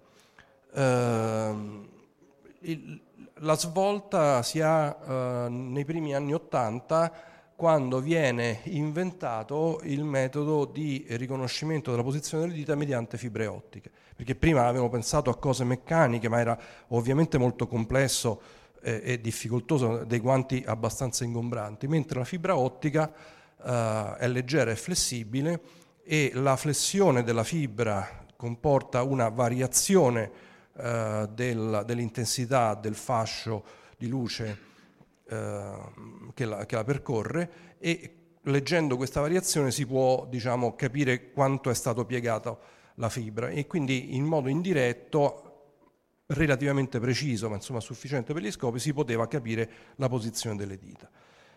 La svolta si ha nei primi anni 80, quando viene inventato il metodo di riconoscimento della posizione delle dita mediante fibre ottiche, perché prima avevamo pensato a cose meccaniche, ma era ovviamente molto complesso e difficoltoso, dei guanti abbastanza ingombranti, mentre la fibra ottica è leggera e flessibile, e la flessione della fibra comporta una variazione dell'intensità del fascio di luce che la percorre, e leggendo questa variazione si può, diciamo, capire quanto è stato piegato la fibra, e quindi in modo indiretto, relativamente preciso ma insomma sufficiente per gli scopi, si poteva capire la posizione delle dita.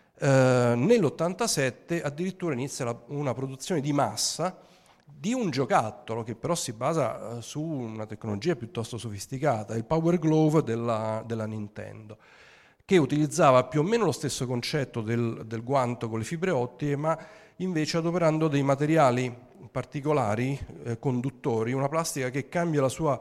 Nell'87 addirittura inizia una produzione di massa di un giocattolo che però si basa su una tecnologia piuttosto sofisticata, il Power Glove della Nintendo, che utilizzava più o meno lo stesso concetto del guanto con le fibre ottiche, ma invece adoperando dei materiali particolari, conduttori, una plastica che cambia la sua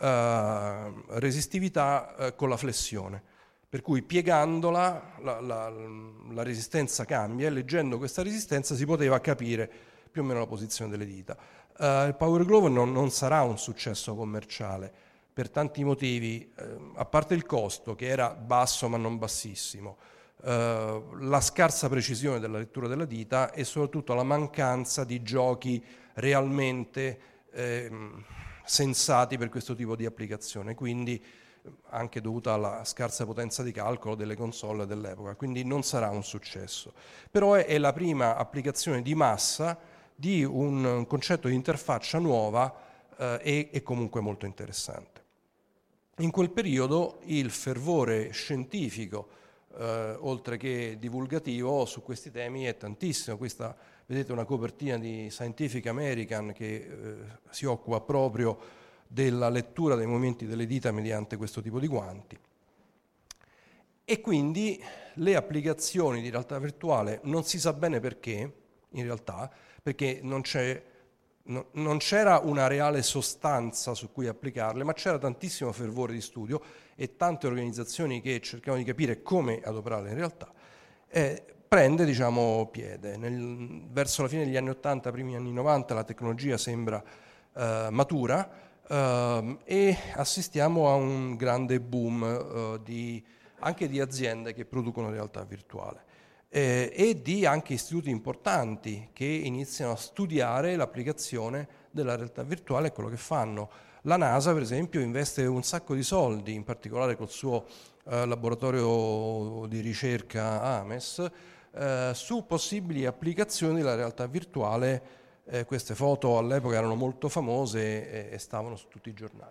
resistività con la flessione, per cui piegandola la resistenza cambia, e leggendo questa resistenza si poteva capire più o meno la posizione delle dita. Il Power Glove non sarà un successo commerciale per tanti motivi, a parte il costo che era basso ma non bassissimo, la scarsa precisione della lettura della dita e soprattutto la mancanza di giochi realmente sensati per questo tipo di applicazione, quindi anche dovuta alla scarsa potenza di calcolo delle console dell'epoca, quindi non sarà un successo. Però è la prima applicazione di massa di un concetto di interfaccia nuova e comunque molto interessante. In quel periodo il fervore scientifico, oltre che divulgativo, su questi temi è tantissimo. Questa, vedete, una copertina di Scientific American che si occupa proprio della lettura dei movimenti delle dita mediante questo tipo di guanti. E quindi le applicazioni di realtà virtuale non si sa bene perché, in realtà, perché non c'era una reale sostanza su cui applicarle, ma c'era tantissimo fervore di studio e tante organizzazioni che cercavano di capire come adoperarle in realtà. Prende, diciamo, piede. Verso la fine degli anni 80, primi anni 90, la tecnologia sembra matura e assistiamo a un grande boom anche di aziende che producono realtà virtuale. E di anche istituti importanti che iniziano a studiare l'applicazione della realtà virtuale e quello che fanno. La NASA, per esempio, investe un sacco di soldi, in particolare col suo laboratorio di ricerca AMES, su possibili applicazioni della realtà virtuale. Queste foto all'epoca erano molto famose e stavano su tutti i giornali.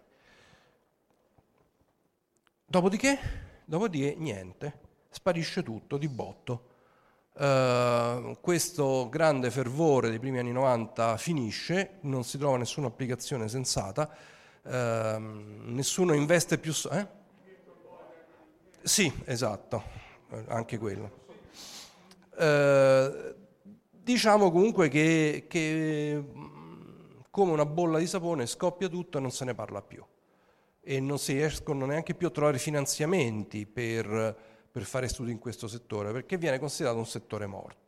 Dopodiché niente, sparisce tutto di botto. Questo grande fervore dei primi anni 90 finisce, non si trova nessuna applicazione sensata, nessuno investe più. Sì, esatto, anche quello. Diciamo comunque che come una bolla di sapone scoppia tutto e non se ne parla più, e non si riescono neanche più a trovare finanziamenti per fare studi in questo settore, perché viene considerato un settore morto.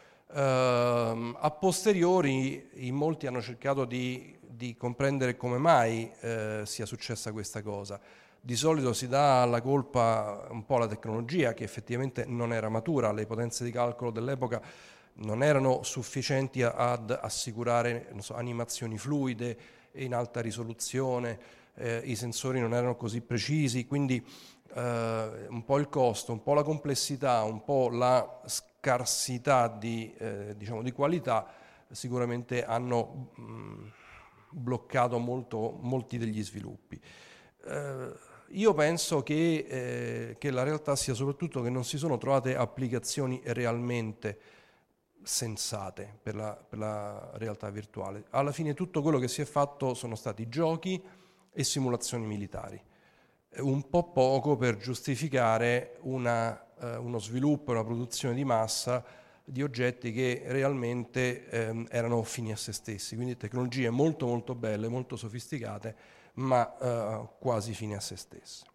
A posteriori in molti hanno cercato di comprendere come mai sia successa questa cosa. Di solito si dà la colpa un po' alla tecnologia, che effettivamente non era matura, le potenze di calcolo dell'epoca non erano sufficienti ad assicurare, non so, animazioni fluide e in alta risoluzione, i sensori non erano così precisi, quindi un po' il costo, un po' la complessità, un po' la scarsità di qualità sicuramente hanno bloccato molti degli sviluppi. Io penso che la realtà sia soprattutto che non si sono trovate applicazioni realmente sensate per la realtà virtuale. Alla fine tutto quello che si è fatto sono stati giochi e simulazioni militari, un po' poco per giustificare uno sviluppo e una produzione di massa di oggetti che realmente erano fini a se stessi, quindi tecnologie molto molto belle, molto sofisticate, ma quasi fini a se stesse.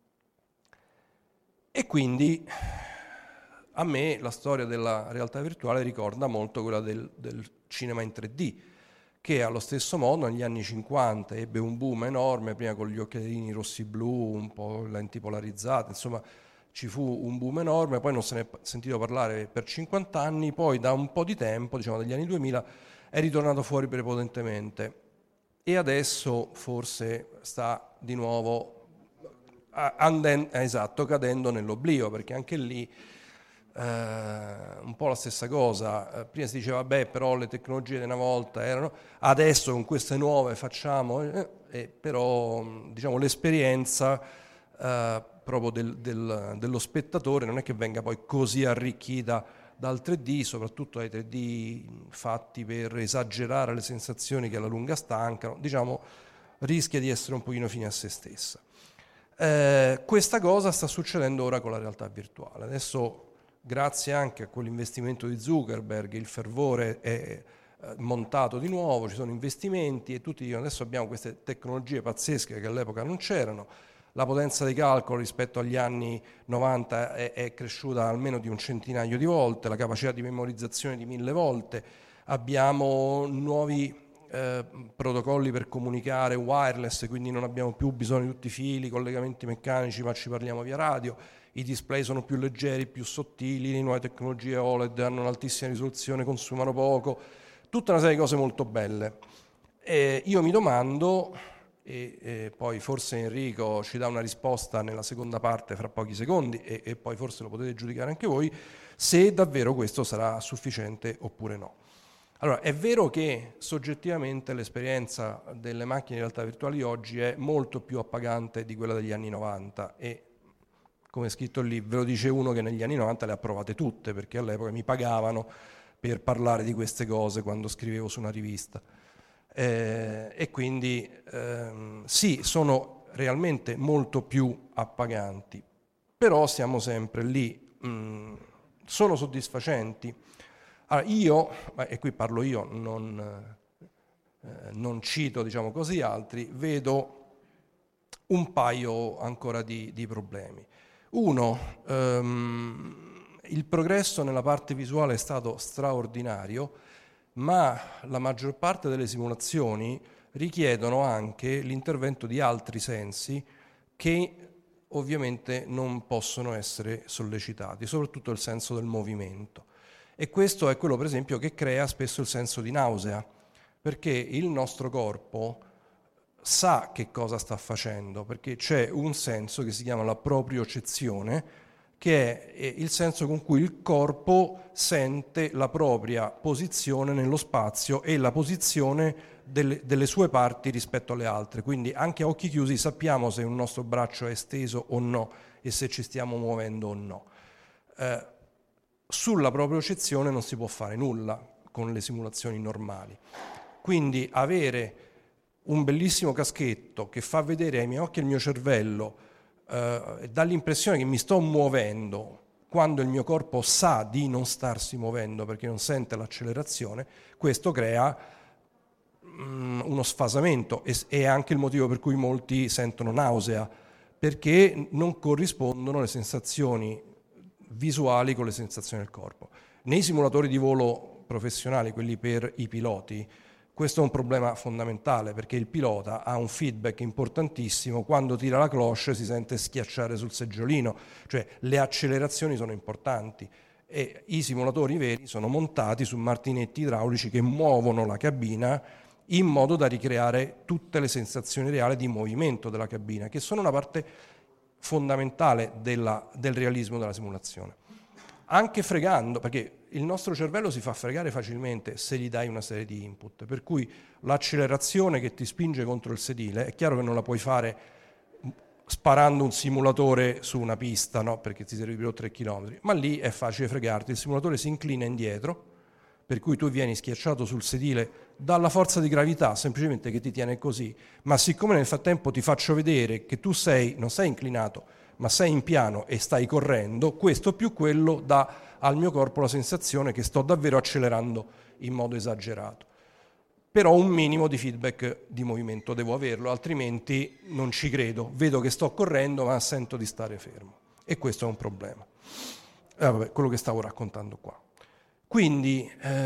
E quindi a me la storia della realtà virtuale ricorda molto quella del cinema in 3D, che allo stesso modo negli anni 50 ebbe un boom enorme, prima con gli occhialini rossi-blu, un po' lenti polarizzate, insomma ci fu un boom enorme, poi non se ne è sentito parlare per 50 anni, poi da un po' di tempo, diciamo dagli anni 2000, è ritornato fuori prepotentemente e adesso forse sta di nuovo esatto, cadendo nell'oblio, perché anche lì un po' la stessa cosa. Prima si diceva vabbè, però le tecnologie di una volta erano, adesso con queste nuove facciamo, però diciamo l'esperienza proprio dello spettatore non è che venga poi così arricchita dal 3D, soprattutto dai 3D fatti per esagerare le sensazioni che alla lunga stancano, diciamo rischia di essere un pochino fine a se stessa. Questa cosa sta succedendo ora con la realtà virtuale. Adesso, grazie anche a quell'investimento di Zuckerberg, il fervore è montato di nuovo, ci sono investimenti e tutti dicono adesso abbiamo queste tecnologie pazzesche che all'epoca non c'erano, la potenza di calcolo rispetto agli anni 90 è cresciuta almeno di un centinaio di volte, la capacità di memorizzazione di 1000 volte, abbiamo nuovi protocolli per comunicare wireless, quindi non abbiamo più bisogno di tutti i fili, collegamenti meccanici, ma ci parliamo via radio, i display sono più leggeri, più sottili, le nuove tecnologie OLED hanno un'altissima risoluzione, consumano poco, tutta una serie di cose molto belle. Io mi domando, e poi forse Enrico ci dà una risposta nella seconda parte fra pochi secondi e poi forse lo potete giudicare anche voi, se davvero questo sarà sufficiente oppure no. Allora, è vero che soggettivamente l'esperienza delle macchine di realtà virtuali oggi è molto più appagante di quella degli anni 90 e, come è scritto lì, ve lo dice uno che negli anni 90 le ha provate tutte, perché all'epoca mi pagavano per parlare di queste cose quando scrivevo su una rivista. E quindi sì, sono realmente molto più appaganti, però siamo sempre lì. Sono soddisfacenti? Allora, io, e qui parlo io, non cito diciamo così altri, vedo un paio ancora di problemi. Uno, il progresso nella parte visuale è stato straordinario, ma la maggior parte delle simulazioni richiedono anche l'intervento di altri sensi che ovviamente non possono essere sollecitati, soprattutto il senso del movimento. E questo è quello, per esempio, che crea spesso il senso di nausea, perché il nostro corpo sa che cosa sta facendo, perché c'è un senso che si chiama la propriocezione, che è il senso con cui il corpo sente la propria posizione nello spazio e la posizione delle sue parti rispetto alle altre. Quindi anche a occhi chiusi sappiamo se il nostro braccio è esteso o no e se ci stiamo muovendo o no. Sulla propriocezione non si può fare nulla con le simulazioni normali. Quindi avere un bellissimo caschetto che fa vedere ai miei occhi e al mio cervello dà l'impressione che mi sto muovendo quando il mio corpo sa di non starsi muovendo perché non sente l'accelerazione, questo crea uno sfasamento e è anche il motivo per cui molti sentono nausea, perché non corrispondono le sensazioni visuali con le sensazioni del corpo. Nei simulatori di volo professionali, quelli per i piloti, questo è un problema fondamentale perché il pilota ha un feedback importantissimo, quando tira la cloche si sente schiacciare sul seggiolino, cioè le accelerazioni sono importanti e i simulatori veri sono montati su martinetti idraulici che muovono la cabina in modo da ricreare tutte le sensazioni reali di movimento della cabina, che sono una parte fondamentale del realismo della simulazione. Anche fregando, perché il nostro cervello si fa fregare facilmente se gli dai una serie di input, per cui l'accelerazione che ti spinge contro il sedile è chiaro che non la puoi fare sparando un simulatore su una pista, no? Perché ti servirebbero 3 km, ma lì è facile fregarti, il simulatore si inclina indietro, per cui tu vieni schiacciato sul sedile dalla forza di gravità, semplicemente che ti tiene così, ma siccome nel frattempo ti faccio vedere che tu non sei inclinato, ma sei in piano e stai correndo, questo più quello dà al mio corpo la sensazione che sto davvero accelerando in modo esagerato. Però un minimo di feedback di movimento devo averlo, altrimenti non ci credo. Vedo che sto correndo, ma sento di stare fermo. E questo è un problema. Vabbè, quello che stavo raccontando qua. Quindi,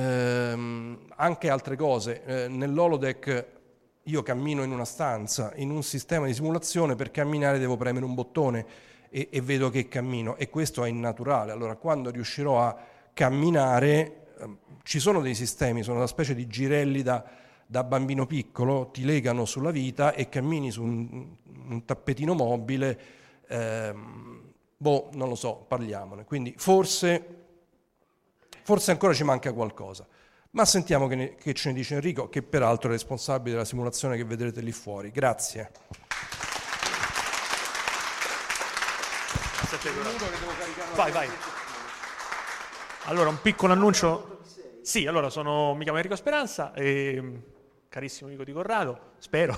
anche altre cose. Nell'holodeck io cammino in una stanza, in un sistema di simulazione, per camminare devo premere un bottone e vedo che cammino, e questo è innaturale. Allora, quando riuscirò a camminare, ci sono dei sistemi, sono una specie di girelli da bambino piccolo, ti legano sulla vita e cammini su un tappetino mobile Non lo so, parliamone. Quindi forse ancora ci manca qualcosa. Ma sentiamo che ce ne dice Enrico, che peraltro è responsabile della simulazione che vedrete lì fuori. Grazie. Vai. Allora, un piccolo annuncio. Sì, allora mi chiamo Enrico Speranza, carissimo amico di Corrado, spero.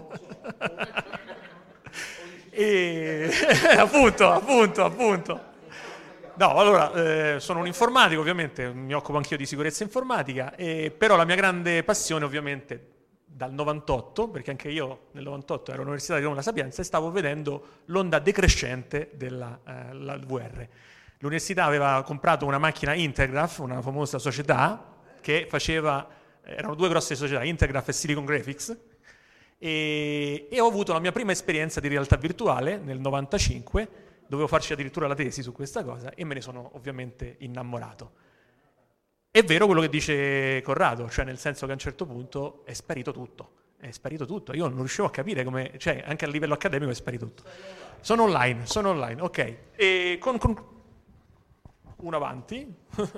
E appunto. No, allora, sono un informatico, ovviamente, mi occupo anch'io di sicurezza informatica, però la mia grande passione, ovviamente, dal 98, perché anche io nel 98 ero all'Università di Roma La Sapienza e stavo vedendo l'onda decrescente della VR. L'università aveva comprato una macchina Intergraph, una famosa società che erano due grosse società, Intergraph e Silicon Graphics, e ho avuto la mia prima esperienza di realtà virtuale nel 95, dovevo farci addirittura la tesi su questa cosa e me ne sono ovviamente innamorato. È vero quello che dice Corrado, cioè nel senso che a un certo punto è sparito tutto, io non riuscivo a capire come, cioè anche a livello accademico è sparito tutto. Sono online, ok. E con uno avanti.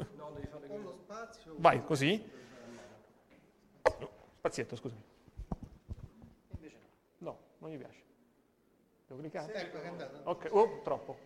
Vai, così. Spazietto, scusami. No, non mi piace. Devo cliccare? Ecco che è andato. Ok, troppo.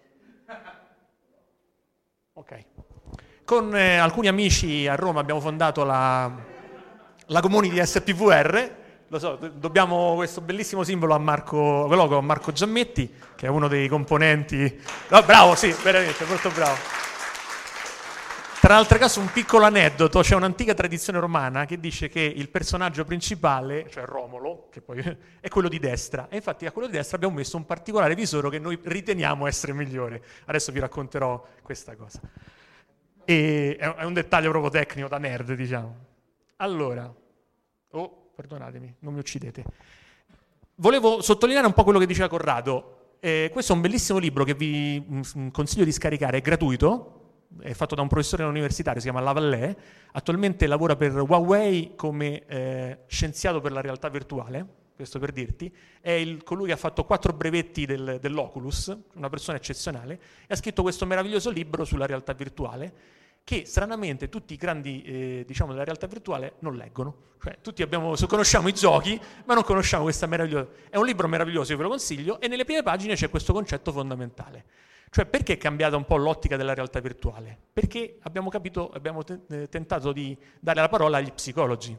Ok. Con alcuni amici a Roma abbiamo fondato la community SPVR. Lo so, dobbiamo questo bellissimo simbolo a Marco Giammetti, che è uno dei componenti. Oh, bravo, sì, veramente, molto bravo. Tra l'altro caso un piccolo aneddoto, c'è un'antica tradizione romana che dice che il personaggio principale, cioè Romolo, che poi è quello di destra, e infatti a quello di destra abbiamo messo un particolare visore che noi riteniamo essere migliore. Adesso vi racconterò questa cosa. E è un dettaglio proprio tecnico da nerd, diciamo. Allora, perdonatemi, non mi uccidete. Volevo sottolineare un po' quello che diceva Corrado. Questo è un bellissimo libro che vi consiglio di scaricare, è gratuito. È fatto da un professore universitario, si chiama Lavallée, attualmente lavora per Huawei come scienziato per la realtà virtuale, questo per dirti, è colui che ha fatto 4 brevetti dell'Oculus, una persona eccezionale, e ha scritto questo meraviglioso libro sulla realtà virtuale, che stranamente tutti i grandi della realtà virtuale non leggono. Cioè, tutti conosciamo i giochi, ma non conosciamo questa meravigliosa. È un libro meraviglioso, io ve lo consiglio, e nelle prime pagine c'è questo concetto fondamentale. Cioè, perché è cambiata un po' l'ottica della realtà virtuale? Perché abbiamo tentato di dare la parola agli psicologi.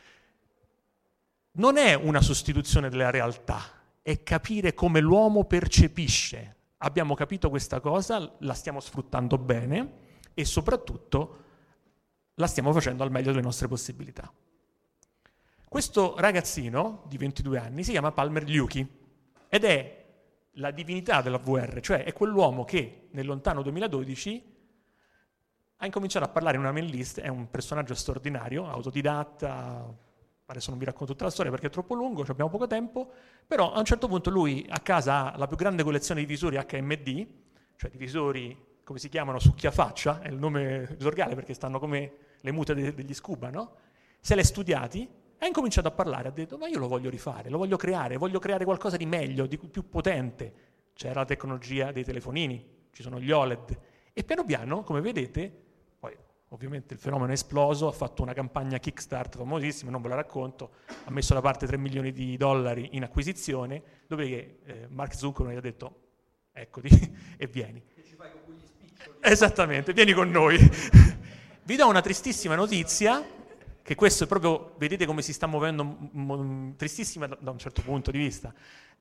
Non è una sostituzione della realtà, è capire come l'uomo percepisce. Abbiamo capito questa cosa, la stiamo sfruttando bene e soprattutto la stiamo facendo al meglio delle nostre possibilità. Questo ragazzino di 22 anni si chiama Palmer Luckey ed è la divinità della VR, cioè è quell'uomo che nel lontano 2012 ha incominciato a parlare in una mail list, è un personaggio straordinario, autodidatta, adesso non vi racconto tutta la storia perché è troppo lungo, abbiamo poco tempo, però a un certo punto lui a casa ha la più grande collezione di visori HMD, cioè di visori, come si chiamano, succhiafaccia, è il nome esorgale perché stanno come le mute degli scuba, no? Se l'è studiati, ha incominciato a parlare, ha detto ma io lo voglio rifare, lo voglio creare qualcosa di meglio, di più potente. C'era la tecnologia dei telefonini, ci sono gli OLED e piano piano, come vedete, poi ovviamente il fenomeno è esploso, ha fatto una campagna Kickstart famosissima, non ve la racconto, ha messo da parte $3 milioni in acquisizione, dove Mark Zuckerberg gli ha detto eccoti e vieni. Che ci fai con quegli spiccioli? Esattamente, vieni con noi. Vi do una tristissima notizia, che questo è proprio, vedete come si sta muovendo, tristissima da un certo punto di vista.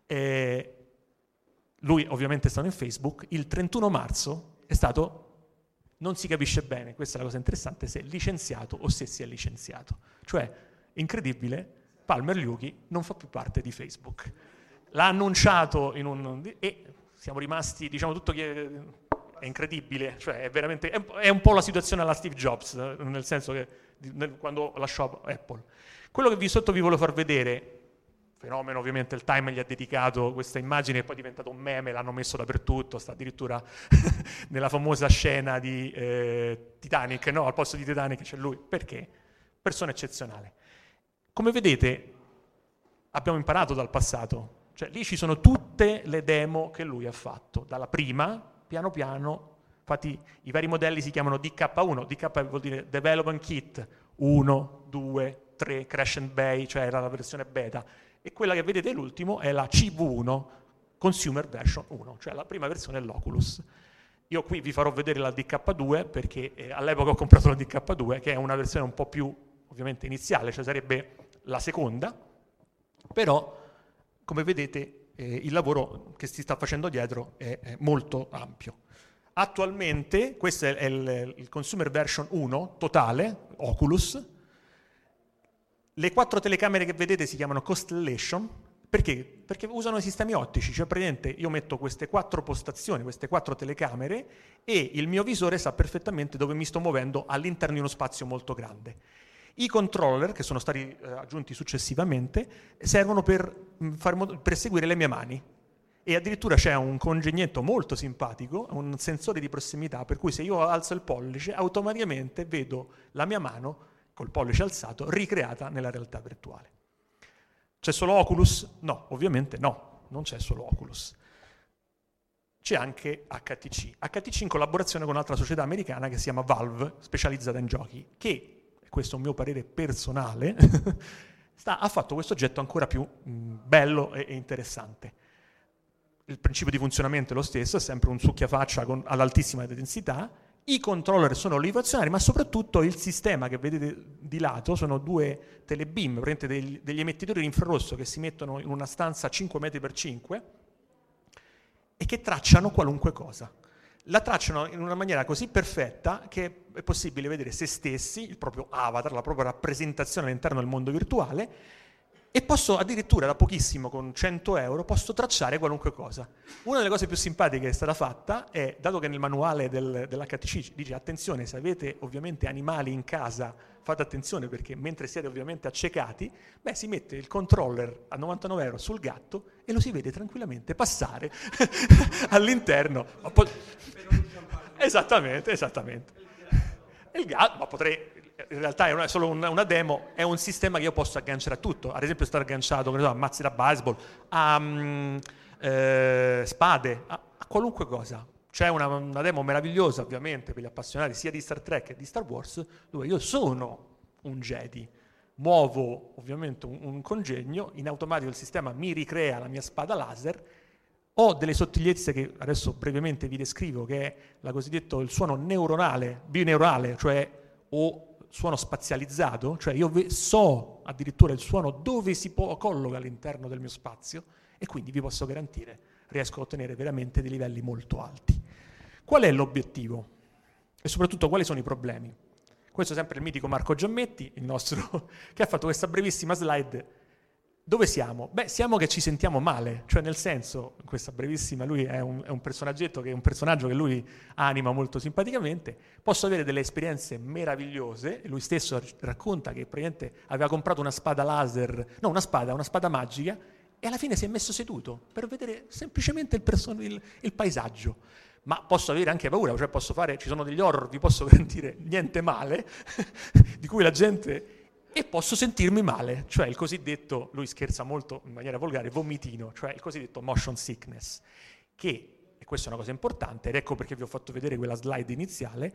Lui ovviamente è stato in Facebook, il 31 marzo è stato, non si capisce bene, questa è la cosa interessante, se è licenziato o se si è licenziato. Cioè, incredibile, Palmer Luckey non fa più parte di Facebook. L'ha annunciato e siamo rimasti, diciamo, tutto che è incredibile, cioè è veramente, è un po' la situazione alla Steve Jobs, nel senso che quando lasciò Apple. Quello che vi volevo far vedere, fenomeno ovviamente, il Time gli ha dedicato questa immagine e poi è diventato un meme, l'hanno messo dappertutto, sta addirittura nella famosa scena di Titanic, no? Al posto di Titanic c'è lui. Perché? Persona eccezionale. Come vedete abbiamo imparato dal passato, cioè lì ci sono tutte tutte le demo che lui ha fatto, dalla prima, piano piano, infatti i vari modelli si chiamano DK1, DK vuol dire Development Kit 1, 2, 3, Crash and Bay, cioè era la versione beta, e quella che vedete l'ultimo è la CV1, Consumer Version 1, cioè la prima versione dell'Oculus. Io qui vi farò vedere la DK2 perché all'epoca ho comprato la DK2, che è una versione un po' più ovviamente iniziale, cioè sarebbe la seconda, però come vedete il lavoro che si sta facendo dietro è molto ampio. Attualmente questo è il Consumer Version 1 totale, Oculus. Le 4 telecamere che vedete si chiamano Constellation. Perché? Perché usano i sistemi ottici, cioè praticamente io metto queste 4 postazioni, queste 4 telecamere, e il mio visore sa perfettamente dove mi sto muovendo all'interno di uno spazio molto grande. I controller, che sono stati aggiunti successivamente, servono per seguire le mie mani. E addirittura c'è un congegnetto molto simpatico, un sensore di prossimità, per cui se io alzo il pollice, automaticamente vedo la mia mano, col pollice alzato, ricreata nella realtà virtuale. C'è solo Oculus? No, ovviamente no, non c'è solo Oculus. C'è anche HTC. HTC in collaborazione con un'altra società americana che si chiama Valve, specializzata in giochi, che, questo è un mio parere personale, ha fatto questo oggetto ancora più bello e interessante. Il principio di funzionamento è lo stesso, è sempre un succhiafaccia ad altissima densità. I controller sono rivoluzionari, ma soprattutto il sistema che vedete di lato sono 2 telebeam, degli emettitori di infrarosso che si mettono in una stanza 5 metri per 5 e che tracciano qualunque cosa. La tracciano in una maniera così perfetta che è possibile vedere se stessi, il proprio avatar, la propria rappresentazione all'interno del mondo virtuale, e posso addirittura da pochissimo, con 100 euro, posso tracciare qualunque cosa. Una delle cose più simpatiche che è stata fatta è, dato che nel manuale dell'HTC dice attenzione, se avete ovviamente animali in casa, fate attenzione perché mentre siete ovviamente accecati, si mette il controller a 99 euro sul gatto e lo si vede tranquillamente passare all'interno. Esattamente. Il gatto, ma potrei... In realtà è solo una demo, è un sistema che io posso agganciare a tutto, ad esempio sta agganciato a mazzi da baseball, a spade, a qualunque cosa. C'è una demo meravigliosa ovviamente per gli appassionati sia di Star Trek che di Star Wars, dove io sono un Jedi, muovo ovviamente un congegno, in automatico il sistema mi ricrea la mia spada laser, ho delle sottigliezze che adesso brevemente vi descrivo, che è il suono neuronale, bineurale, cioè o suono spazializzato, cioè io so addirittura il suono dove si colloca all'interno del mio spazio e quindi vi posso garantire, riesco a ottenere veramente dei livelli molto alti. Qual è l'obiettivo? E soprattutto quali sono i problemi? Questo è sempre il mitico Marco Giammetti, il nostro, che ha fatto questa brevissima slide. Dove siamo? Siamo che ci sentiamo male, cioè nel senso, questa brevissima, lui è un personaggio che lui anima molto simpaticamente, posso avere delle esperienze meravigliose, lui stesso racconta che praticamente aveva comprato una spada laser, no, una spada magica, e alla fine si è messo seduto per vedere semplicemente il paesaggio. Ma posso avere anche paura, cioè ci sono degli horror, vi posso garantire niente male, di cui la gente... E posso sentirmi male, cioè il cosiddetto, lui scherza molto in maniera volgare, vomitino, cioè il cosiddetto motion sickness, che, e questa è una cosa importante, ed ecco perché vi ho fatto vedere quella slide iniziale,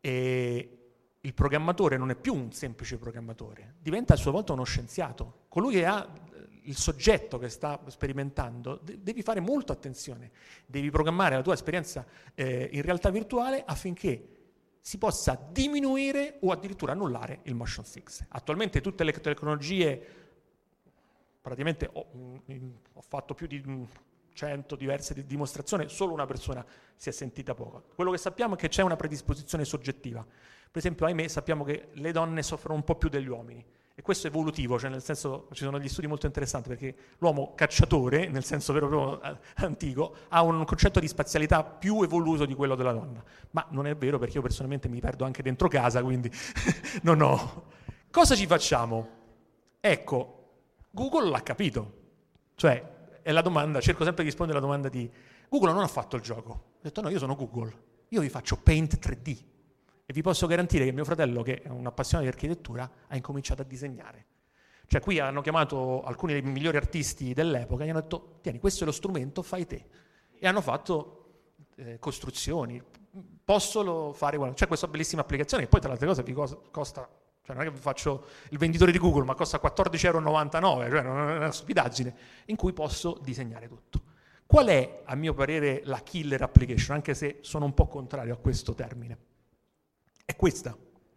il programmatore non è più un semplice programmatore, diventa a sua volta uno scienziato. Colui che ha il soggetto che sta sperimentando, devi fare molto attenzione, devi programmare la tua esperienza in realtà virtuale affinché si possa diminuire o addirittura annullare il motion sickness. Attualmente tutte le tecnologie, praticamente ho fatto più di 100 diverse dimostrazioni, solo una persona si è sentita poco. Quello che sappiamo è che c'è una predisposizione soggettiva. Per esempio, ahimè, sappiamo che le donne soffrono un po' più degli uomini. E questo è evolutivo, cioè nel senso, ci sono degli studi molto interessanti, perché l'uomo cacciatore, nel senso proprio antico, ha un concetto di spazialità più evoluto di quello della donna. Ma non è vero, perché io personalmente mi perdo anche dentro casa, quindi non ho. Cosa ci facciamo? Ecco, Google l'ha capito. Cioè, è la domanda, cerco sempre di rispondere alla domanda di Google non ha fatto il gioco. Ho detto no, io sono Google, io vi faccio Paint 3D. E vi posso garantire che mio fratello, che è un appassionato di architettura, ha incominciato a disegnare. Cioè qui hanno chiamato alcuni dei migliori artisti dell'epoca e gli hanno detto: tieni, questo è lo strumento, fai te. E hanno fatto costruzioni. Posso fare, c'è questa bellissima applicazione che poi tra le altre cose vi costa, cioè non è che vi faccio il venditore di Google, ma costa 14,99 €, cioè non è una stupidaggine, in cui posso disegnare tutto. Qual è, a mio parere, la killer application, anche se sono un po' contrario a questo termine? È questa.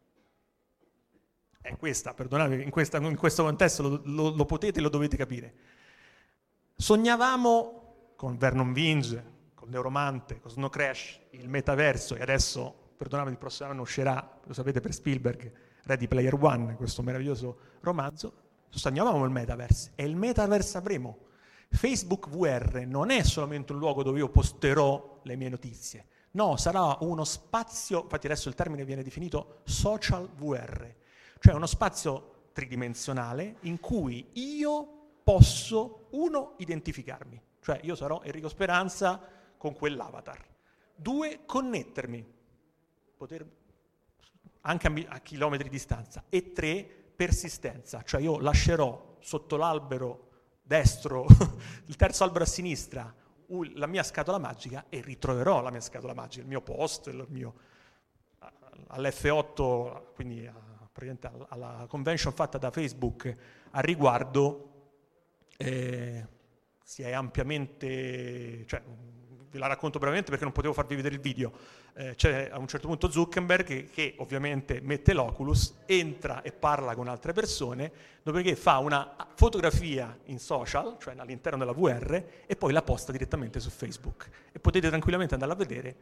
È questa, perdonate, in questo contesto lo potete e lo dovete capire. Sognavamo con Vernon Vinge, con Neuromante, con Snow Crash, il metaverso, e adesso, perdonate, il prossimo anno uscirà, lo sapete per Spielberg, Ready Player One, questo meraviglioso romanzo. Sognavamo il metaverse, e il metaverse avremo. Facebook VR non è solamente un luogo dove io posterò le mie notizie, no, sarà uno spazio, infatti adesso il termine viene definito social VR, cioè uno spazio tridimensionale in cui io posso, uno, identificarmi, cioè io sarò Enrico Speranza con quell'avatar, due, connettermi, poter anche a chilometri di distanza, e tre, persistenza, cioè io lascerò sotto l'albero destro, il terzo albero a sinistra, la mia scatola magica, e ritroverò la mia scatola magica, il mio post, il mio all'F8, quindi alla convention fatta da Facebook a riguardo, si è ampiamente, cioè vi la racconto brevemente perché non potevo farvi vedere il video. C'è a un certo punto Zuckerberg che ovviamente mette l'Oculus, entra e parla con altre persone, dopodiché fa una fotografia in social, cioè all'interno della VR, e poi la posta direttamente su Facebook. E potete tranquillamente andare a vedere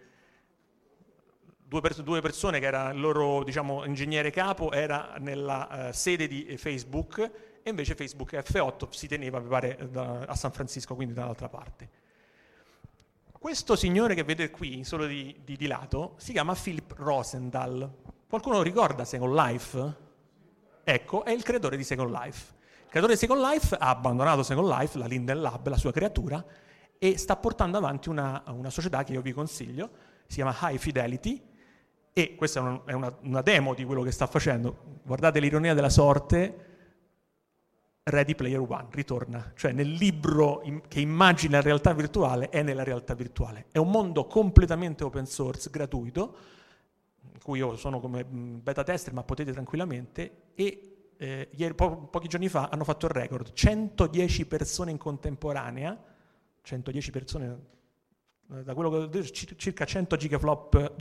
due persone che era il loro, diciamo, ingegnere capo, era nella sede di Facebook, e invece Facebook F8 si teneva, mi pare, a San Francisco, quindi dall'altra parte. Questo signore che vedete qui, solo di lato, si chiama Philip Rosendahl. Qualcuno ricorda Second Life? Ecco, è il creatore di Second Life. Il creatore di Second Life ha abbandonato Second Life, la Linden Lab, la sua creatura, e sta portando avanti una società che io vi consiglio, si chiama High Fidelity, e questa è una demo di quello che sta facendo. Guardate l'ironia della sorte, Ready Player One ritorna, cioè nel libro che immagina la realtà virtuale è nella realtà virtuale. È un mondo completamente open source, gratuito, in cui io sono come beta tester, ma potete tranquillamente, e pochi giorni fa hanno fatto il record, 110 persone in contemporanea, 110 persone, da quello che circa 100 gigaflop,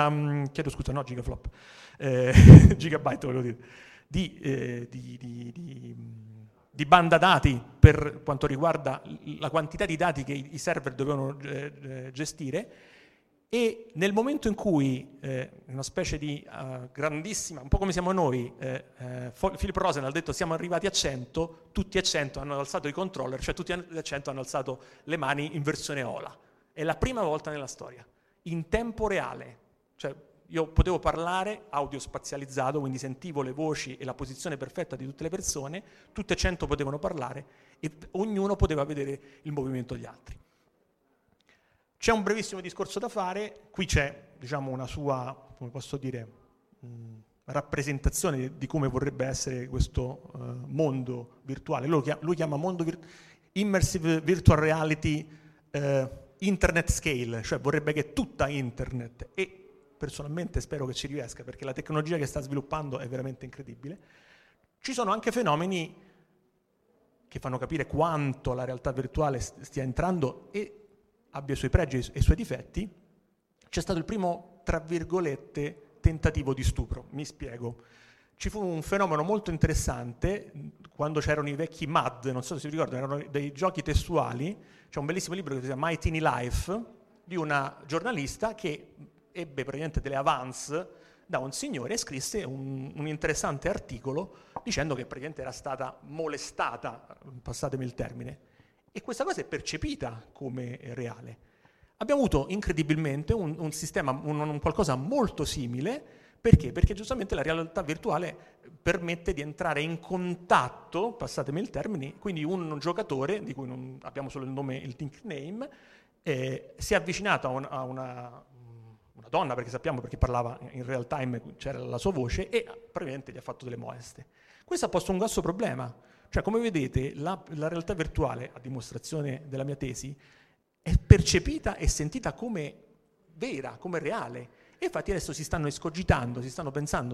gigabyte volevo dire, di banda dati per quanto riguarda la quantità di dati che i server dovevano gestire, e nel momento in cui una specie di grandissima, un po' come siamo noi, Philip Rosendahl ha detto siamo arrivati a 100, tutti a 100 hanno alzato i controller, cioè tutti a 100 hanno alzato le mani in versione Ola. È la prima volta nella storia, in tempo reale, cioè io potevo parlare, audio spazializzato, quindi sentivo le voci e la posizione perfetta di tutte le persone, tutte e 100 potevano parlare e ognuno poteva vedere il movimento degli altri. C'è un brevissimo discorso da fare, qui c'è, diciamo, una sua, come posso dire, rappresentazione di come vorrebbe essere questo mondo virtuale. Lui chiama mondo immersive virtual reality internet scale, cioè vorrebbe che tutta internet, e personalmente spero che ci riesca perché la tecnologia che sta sviluppando è veramente incredibile. Ci sono anche fenomeni che fanno capire quanto la realtà virtuale stia entrando e abbia i suoi pregi e i suoi difetti. C'è stato il primo, tra virgolette, tentativo di stupro. Mi spiego. Ci fu un fenomeno molto interessante quando c'erano i vecchi MUD, non so se vi ricordano, erano dei giochi testuali. C'è un bellissimo libro che si chiama My Teeny Life di una giornalista che ebbe praticamente delle avance da un signore e scrisse un interessante articolo dicendo che praticamente era stata molestata, passatemi il termine, e questa cosa è percepita come reale. Abbiamo avuto incredibilmente un sistema, un qualcosa molto simile. Perché? Perché giustamente la realtà virtuale permette di entrare in contatto, passatemi il termine, quindi un giocatore, di cui non abbiamo solo il nome, il nickname, si è avvicinato a una donna, perché sappiamo, perché parlava in real time, c'era la sua voce, e praticamente gli ha fatto delle moleste. Questo ha posto un grosso problema, Cioè, come vedete, la realtà virtuale, a dimostrazione della mia tesi, è percepita e sentita come vera, come reale. E infatti adesso si stanno escogitando, si stanno pensando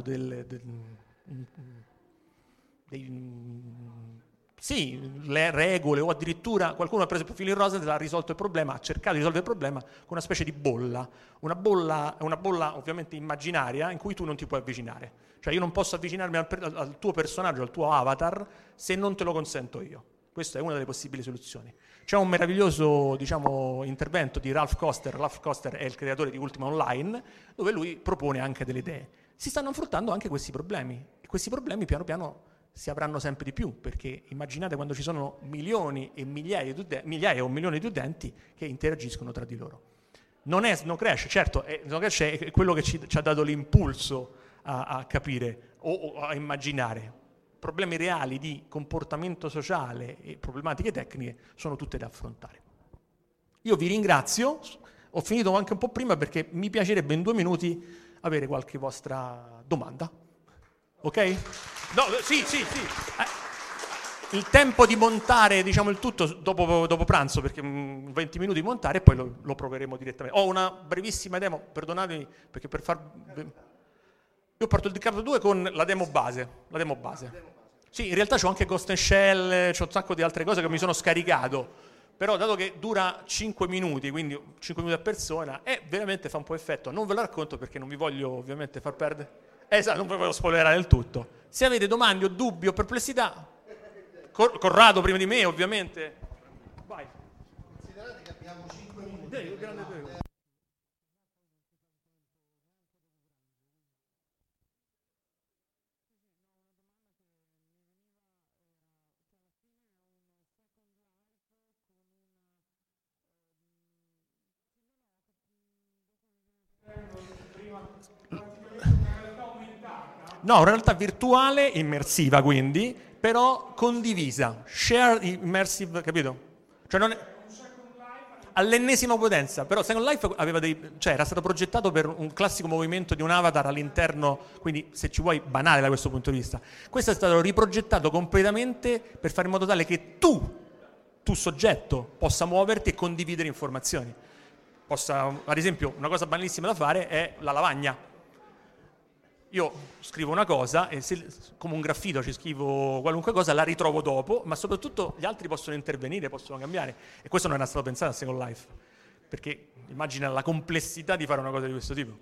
le regole, o addirittura qualcuno ha preso il profilo in rosa e ha risolto il problema, ha cercato di risolvere il problema con una specie di bolla. Una bolla ovviamente immaginaria in cui tu non ti puoi avvicinare. Cioè io non posso avvicinarmi al tuo personaggio, al tuo avatar, se non te lo consento io. Questa è una delle possibili soluzioni. C'è un meraviglioso, diciamo, intervento di Ralph Koster. Ralph Koster è il creatore di Ultima Online, dove lui propone anche delle idee. Si stanno affrontando anche questi problemi, e questi problemi piano piano si avranno sempre di più, perché immaginate quando ci sono milioni e migliaia o milioni di utenti che interagiscono tra di loro. Non è Snow Crash, certo, Snow Crash è quello che ci ha dato l'impulso a capire o a immaginare. Problemi reali di comportamento sociale e problematiche tecniche sono tutte da affrontare. Io vi ringrazio, ho finito anche un po' prima perché mi piacerebbe in 2 minuti avere qualche vostra domanda. Ok? No, sì. Il tempo di montare, diciamo, il tutto dopo pranzo, perché 20 minuti di montare e poi lo proveremo direttamente. Ho una brevissima demo, perdonatemi, perché io parto il Riccardo 2 con la demo base. Sì, in realtà c'ho anche Ghost and Shell, c'ho un sacco di altre cose che mi sono scaricato, però dato che dura 5 minuti, quindi 5 minuti a persona, veramente fa un po' effetto. Non ve lo racconto perché non vi voglio ovviamente far perdere. Esatto, non ve lo spoilerare del tutto. Se avete domande o dubbi o perplessità, Corrado prima di me ovviamente. Vai. Considerate che abbiamo 5 minuti. No, una realtà virtuale, immersiva quindi, però condivisa, shared immersive, capito? Cioè non è all'ennesima potenza, però Second Life aveva era stato progettato per un classico movimento di un avatar all'interno, quindi se ci vuoi banale da questo punto di vista. Questo è stato riprogettato completamente per fare in modo tale che tu soggetto, possa muoverti e condividere informazioni. Ad esempio, una cosa banalissima da fare è la lavagna. Io scrivo una cosa e come un graffito ci scrivo qualunque cosa, la ritrovo dopo, ma soprattutto gli altri possono intervenire, possono cambiare. E questo non era stato pensato a Second Life, perché immagina la complessità di fare una cosa di questo tipo.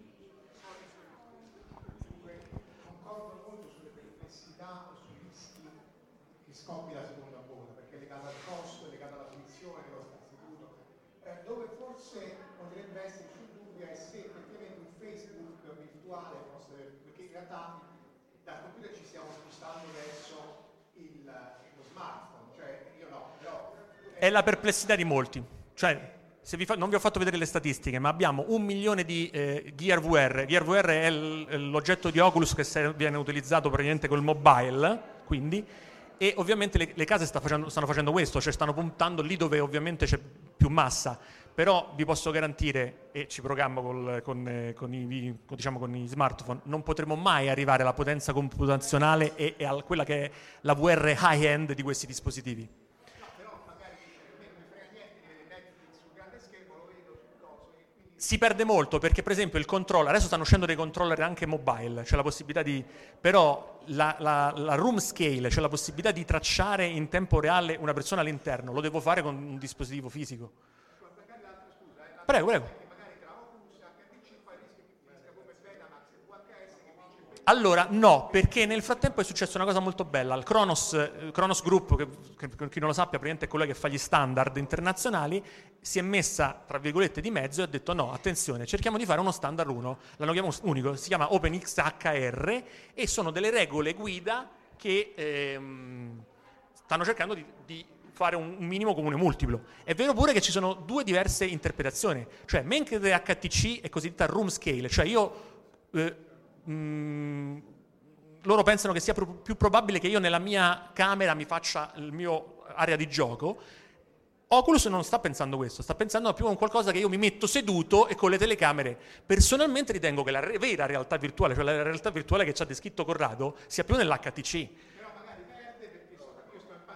Concordo molto sulle perplessità o sui rischi che scoppi la seconda bomba, perché è legata al costo, è legata alla fruizione dello istituto, dove forse potrebbe essere più dubbio è se effettivamente un Facebook virtuale perché in realtà dal computer ci stiamo spostando verso lo smartphone, cioè io no, però... È la perplessità di molti, cioè non vi ho fatto vedere le statistiche, ma abbiamo 1 milione di Gear VR. Gear VR è l'oggetto di Oculus che viene utilizzato praticamente col mobile, quindi, e ovviamente le case stanno facendo questo, cioè stanno puntando lì dove ovviamente c'è più massa. Però vi posso garantire, e ci programmo con i smartphone, non potremo mai arrivare alla potenza computazionale e a quella che è la VR high-end di questi dispositivi. No, però magari non mi frega niente Netflix sul grande schermo, lo vedo sul coso. Si perde molto perché, per esempio, il controller, adesso stanno uscendo dei controller anche mobile, c'è la possibilità però la room scale, cioè la possibilità di tracciare in tempo reale una persona all'interno, lo devo fare con un dispositivo fisico. Prego. Allora, no, perché nel frattempo è successa una cosa molto bella. Il Kronos Group, che per chi non lo sappia, praticamente è quello che fa gli standard internazionali, si è messa, tra virgolette, di mezzo e ha detto no, attenzione, cerchiamo di fare uno standard unico, si chiama OpenXHR e sono delle regole guida che stanno cercando di fare un minimo comune multiplo. È vero pure che ci sono 2 diverse interpretazioni, cioè mentre HTC è cosiddetta room scale, cioè loro pensano che sia più probabile che io nella mia camera mi faccia il mio area di gioco. Oculus non sta pensando questo, sta pensando più a un qualcosa che io mi metto seduto e con le telecamere. Personalmente ritengo che la vera realtà virtuale, cioè la realtà virtuale che ci ha descritto Corrado, sia più nell'HTC. Però magari perde perché io sto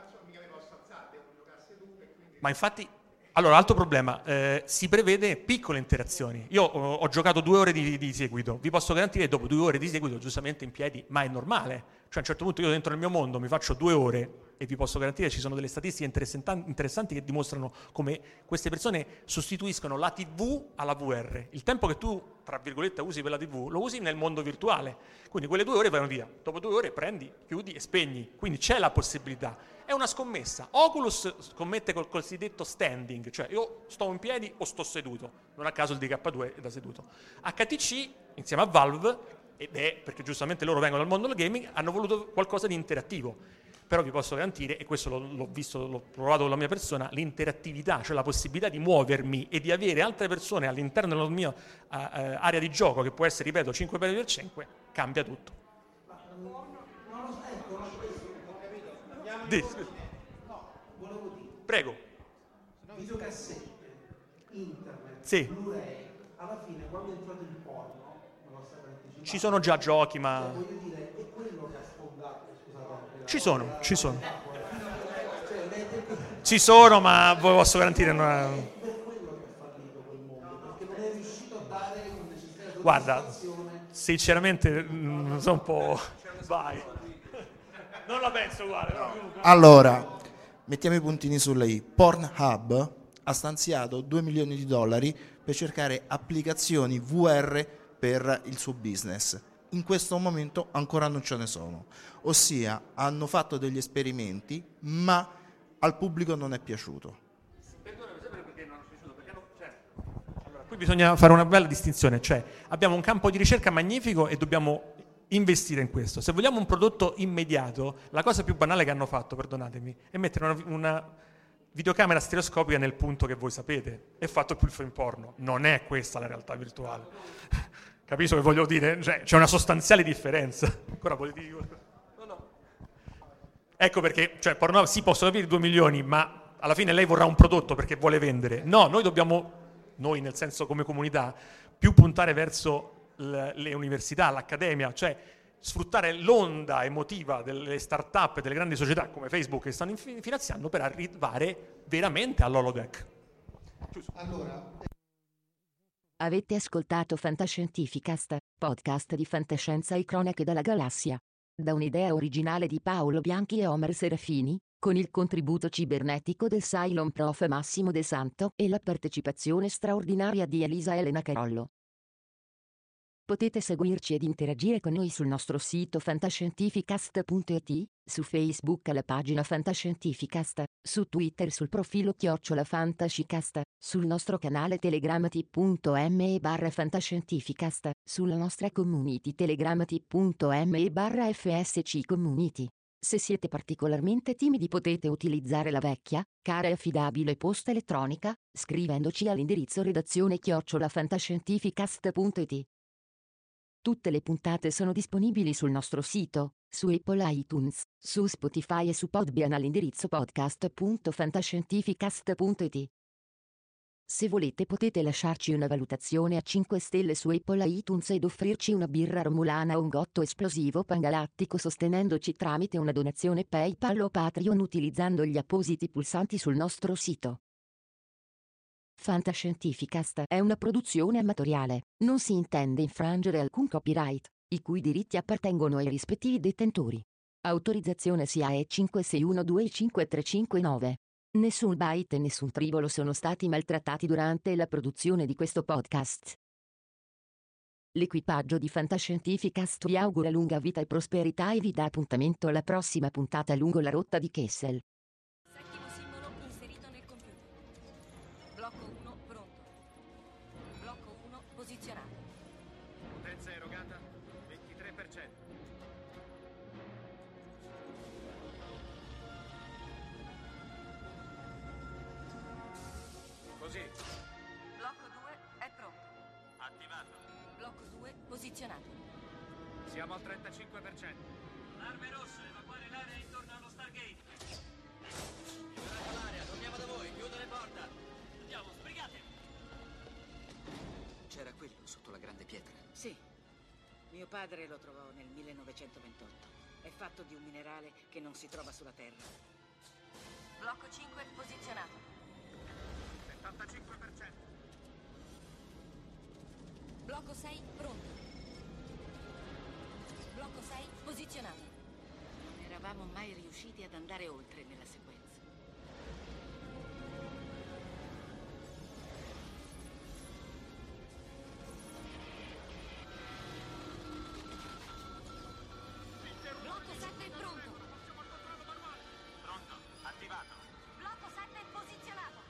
Ma infatti, allora, altro problema, si prevede piccole interazioni. Io ho giocato 2 ore di seguito, vi posso garantire che dopo 2 ore di seguito, giustamente in piedi, ma è normale. Cioè a un certo punto io dentro nel mio mondo mi faccio 2 ore e vi posso garantire che ci sono delle statistiche interessanti che dimostrano come queste persone sostituiscono la TV alla VR. Il tempo che tu, tra virgolette, usi per la TV, lo usi nel mondo virtuale. Quindi quelle 2 ore vanno via. Dopo 2 ore prendi, chiudi e spegni. Quindi c'è la possibilità. È una scommessa. Oculus scommette col cosiddetto standing, cioè io sto in piedi o sto seduto. Non a caso il DK2 è da seduto. HTC, insieme a Valve, ed è perché giustamente loro vengono dal mondo del gaming, hanno voluto qualcosa di interattivo. Però vi posso garantire, e questo l'ho visto, l'ho provato con la mia persona, l'interattività, cioè la possibilità di muovermi e di avere altre persone all'interno della mia area di gioco, che può essere, ripeto, 5x5, cambia tutto. No, volevo dire. Prego. Videocassette, internet, Sì. Blu-ray, alla fine quando è entrato il porno, non lo sapete anticipato. Ci sono già giochi, ma... Cioè, voglio dire, è quello che ha sfondato, scusate. Ci sono. Ci sono, ma vi posso garantire... È per quello che ha fallito quel mondo, perché non è riuscito a dare un necessario. Guarda, sinceramente sono un po'... Vai. Non la penso uguale. No. Allora, mettiamo i puntini sulle i. Pornhub ha stanziato $2 milioni per cercare applicazioni VR per il suo business. In questo momento ancora non ce ne sono. Ossia, hanno fatto degli esperimenti, ma al pubblico non è piaciuto. Perdonami, sempre perché non è piaciuto? Allora, qui bisogna fare una bella distinzione, cioè abbiamo un campo di ricerca magnifico e dobbiamo investire in questo. Se vogliamo un prodotto immediato, la cosa più banale che hanno fatto, perdonatemi, è mettere una videocamera stereoscopica nel punto che voi sapete e fatto più il film porno. Non è questa la realtà virtuale. Capisco che voglio dire? Cioè, c'è una sostanziale differenza. Ancora volete dire? No. Ecco perché, cioè, porno sì, possono avere 2 milioni, ma alla fine lei vorrà un prodotto perché vuole vendere. No, noi dobbiamo, noi nel senso come comunità, più puntare verso le università, l'accademia, cioè sfruttare l'onda emotiva delle start-up e delle grandi società come Facebook che stanno finanziando per arrivare veramente all'holodeck. Allora, Avete ascoltato Fantascientificast, podcast di fantascienza e cronache dalla galassia. Da un'idea originale di Paolo Bianchi e Omer Serafini, con il contributo cibernetico del Cylon Prof Massimo De Santo e la partecipazione straordinaria di Elisa Elena Carollo. Potete seguirci ed interagire con noi sul nostro sito fantascientificast.it, su Facebook alla pagina Fantascientificast, su Twitter sul profilo @fantascicast, sul nostro canale Telegram t.me/fantascientificast, sulla nostra community Telegram t.me/fsc community. Se siete particolarmente timidi potete utilizzare la vecchia, cara e affidabile posta elettronica, scrivendoci all'indirizzo redazione@fantascientificast.it. Tutte le puntate sono disponibili sul nostro sito, su Apple iTunes, su Spotify e su Podbean all'indirizzo podcast.fantascientificast.it. Se volete potete lasciarci una valutazione a 5 stelle su Apple iTunes ed offrirci una birra romulana o un gotto esplosivo pangalattico sostenendoci tramite una donazione PayPal o Patreon utilizzando gli appositi pulsanti sul nostro sito. Fantascientificast è una produzione amatoriale, non si intende infrangere alcun copyright, i cui diritti appartengono ai rispettivi detentori. Autorizzazione SIAE 56125359. Nessun byte e nessun tribolo sono stati maltrattati durante la produzione di questo podcast. L'equipaggio di Fantascientificast vi augura lunga vita e prosperità e vi dà appuntamento alla prossima puntata lungo la rotta di Kessel. Settimo simbolo inserito nel computer. Blocco 1 pronto. Blocco 1 posizionato. Potenza erogata 23%. Così. Blocco 2 è pronto. Attivato. Blocco 2 posizionato. Siamo al 35%. Arme rosse, evacuare l'area intorno allo Stargate. Liberate l'area, torniamo da voi, chiudo le porte. Andiamo, sbrigate. C'era quello sotto la grande pietra. Sì. Mio padre lo trovò nel 1928. È fatto di un minerale che non si trova sulla Terra. Blocco 5 posizionato. 85%. Blocco 6 pronto. Blocco 6 posizionato. Non eravamo mai riusciti ad andare oltre nella sequenza. Blocco 7 pronto. Pronto, attivato. Blocco 7 posizionato.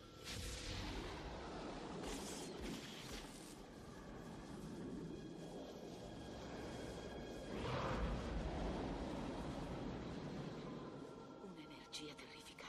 Un'energia terrificante.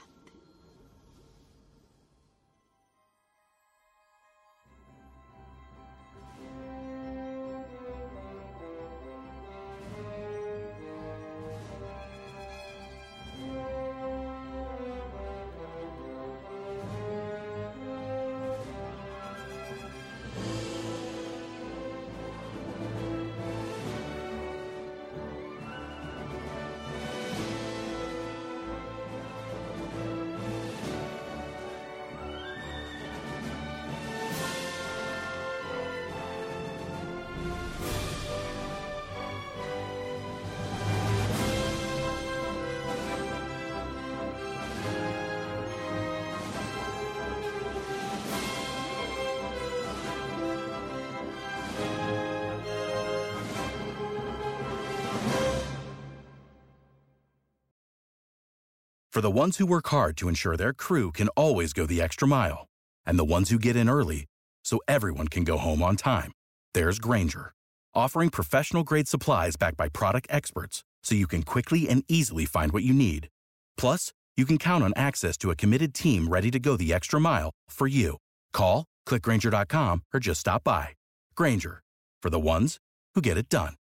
For the ones who work hard to ensure their crew can always go the extra mile, and the ones who get in early so everyone can go home on time, there's Grainger, offering professional-grade supplies backed by product experts so you can quickly and easily find what you need. Plus, you can count on access to a committed team ready to go the extra mile for you. Call, click Grainger.com, or just stop by. Grainger, for the ones who get it done.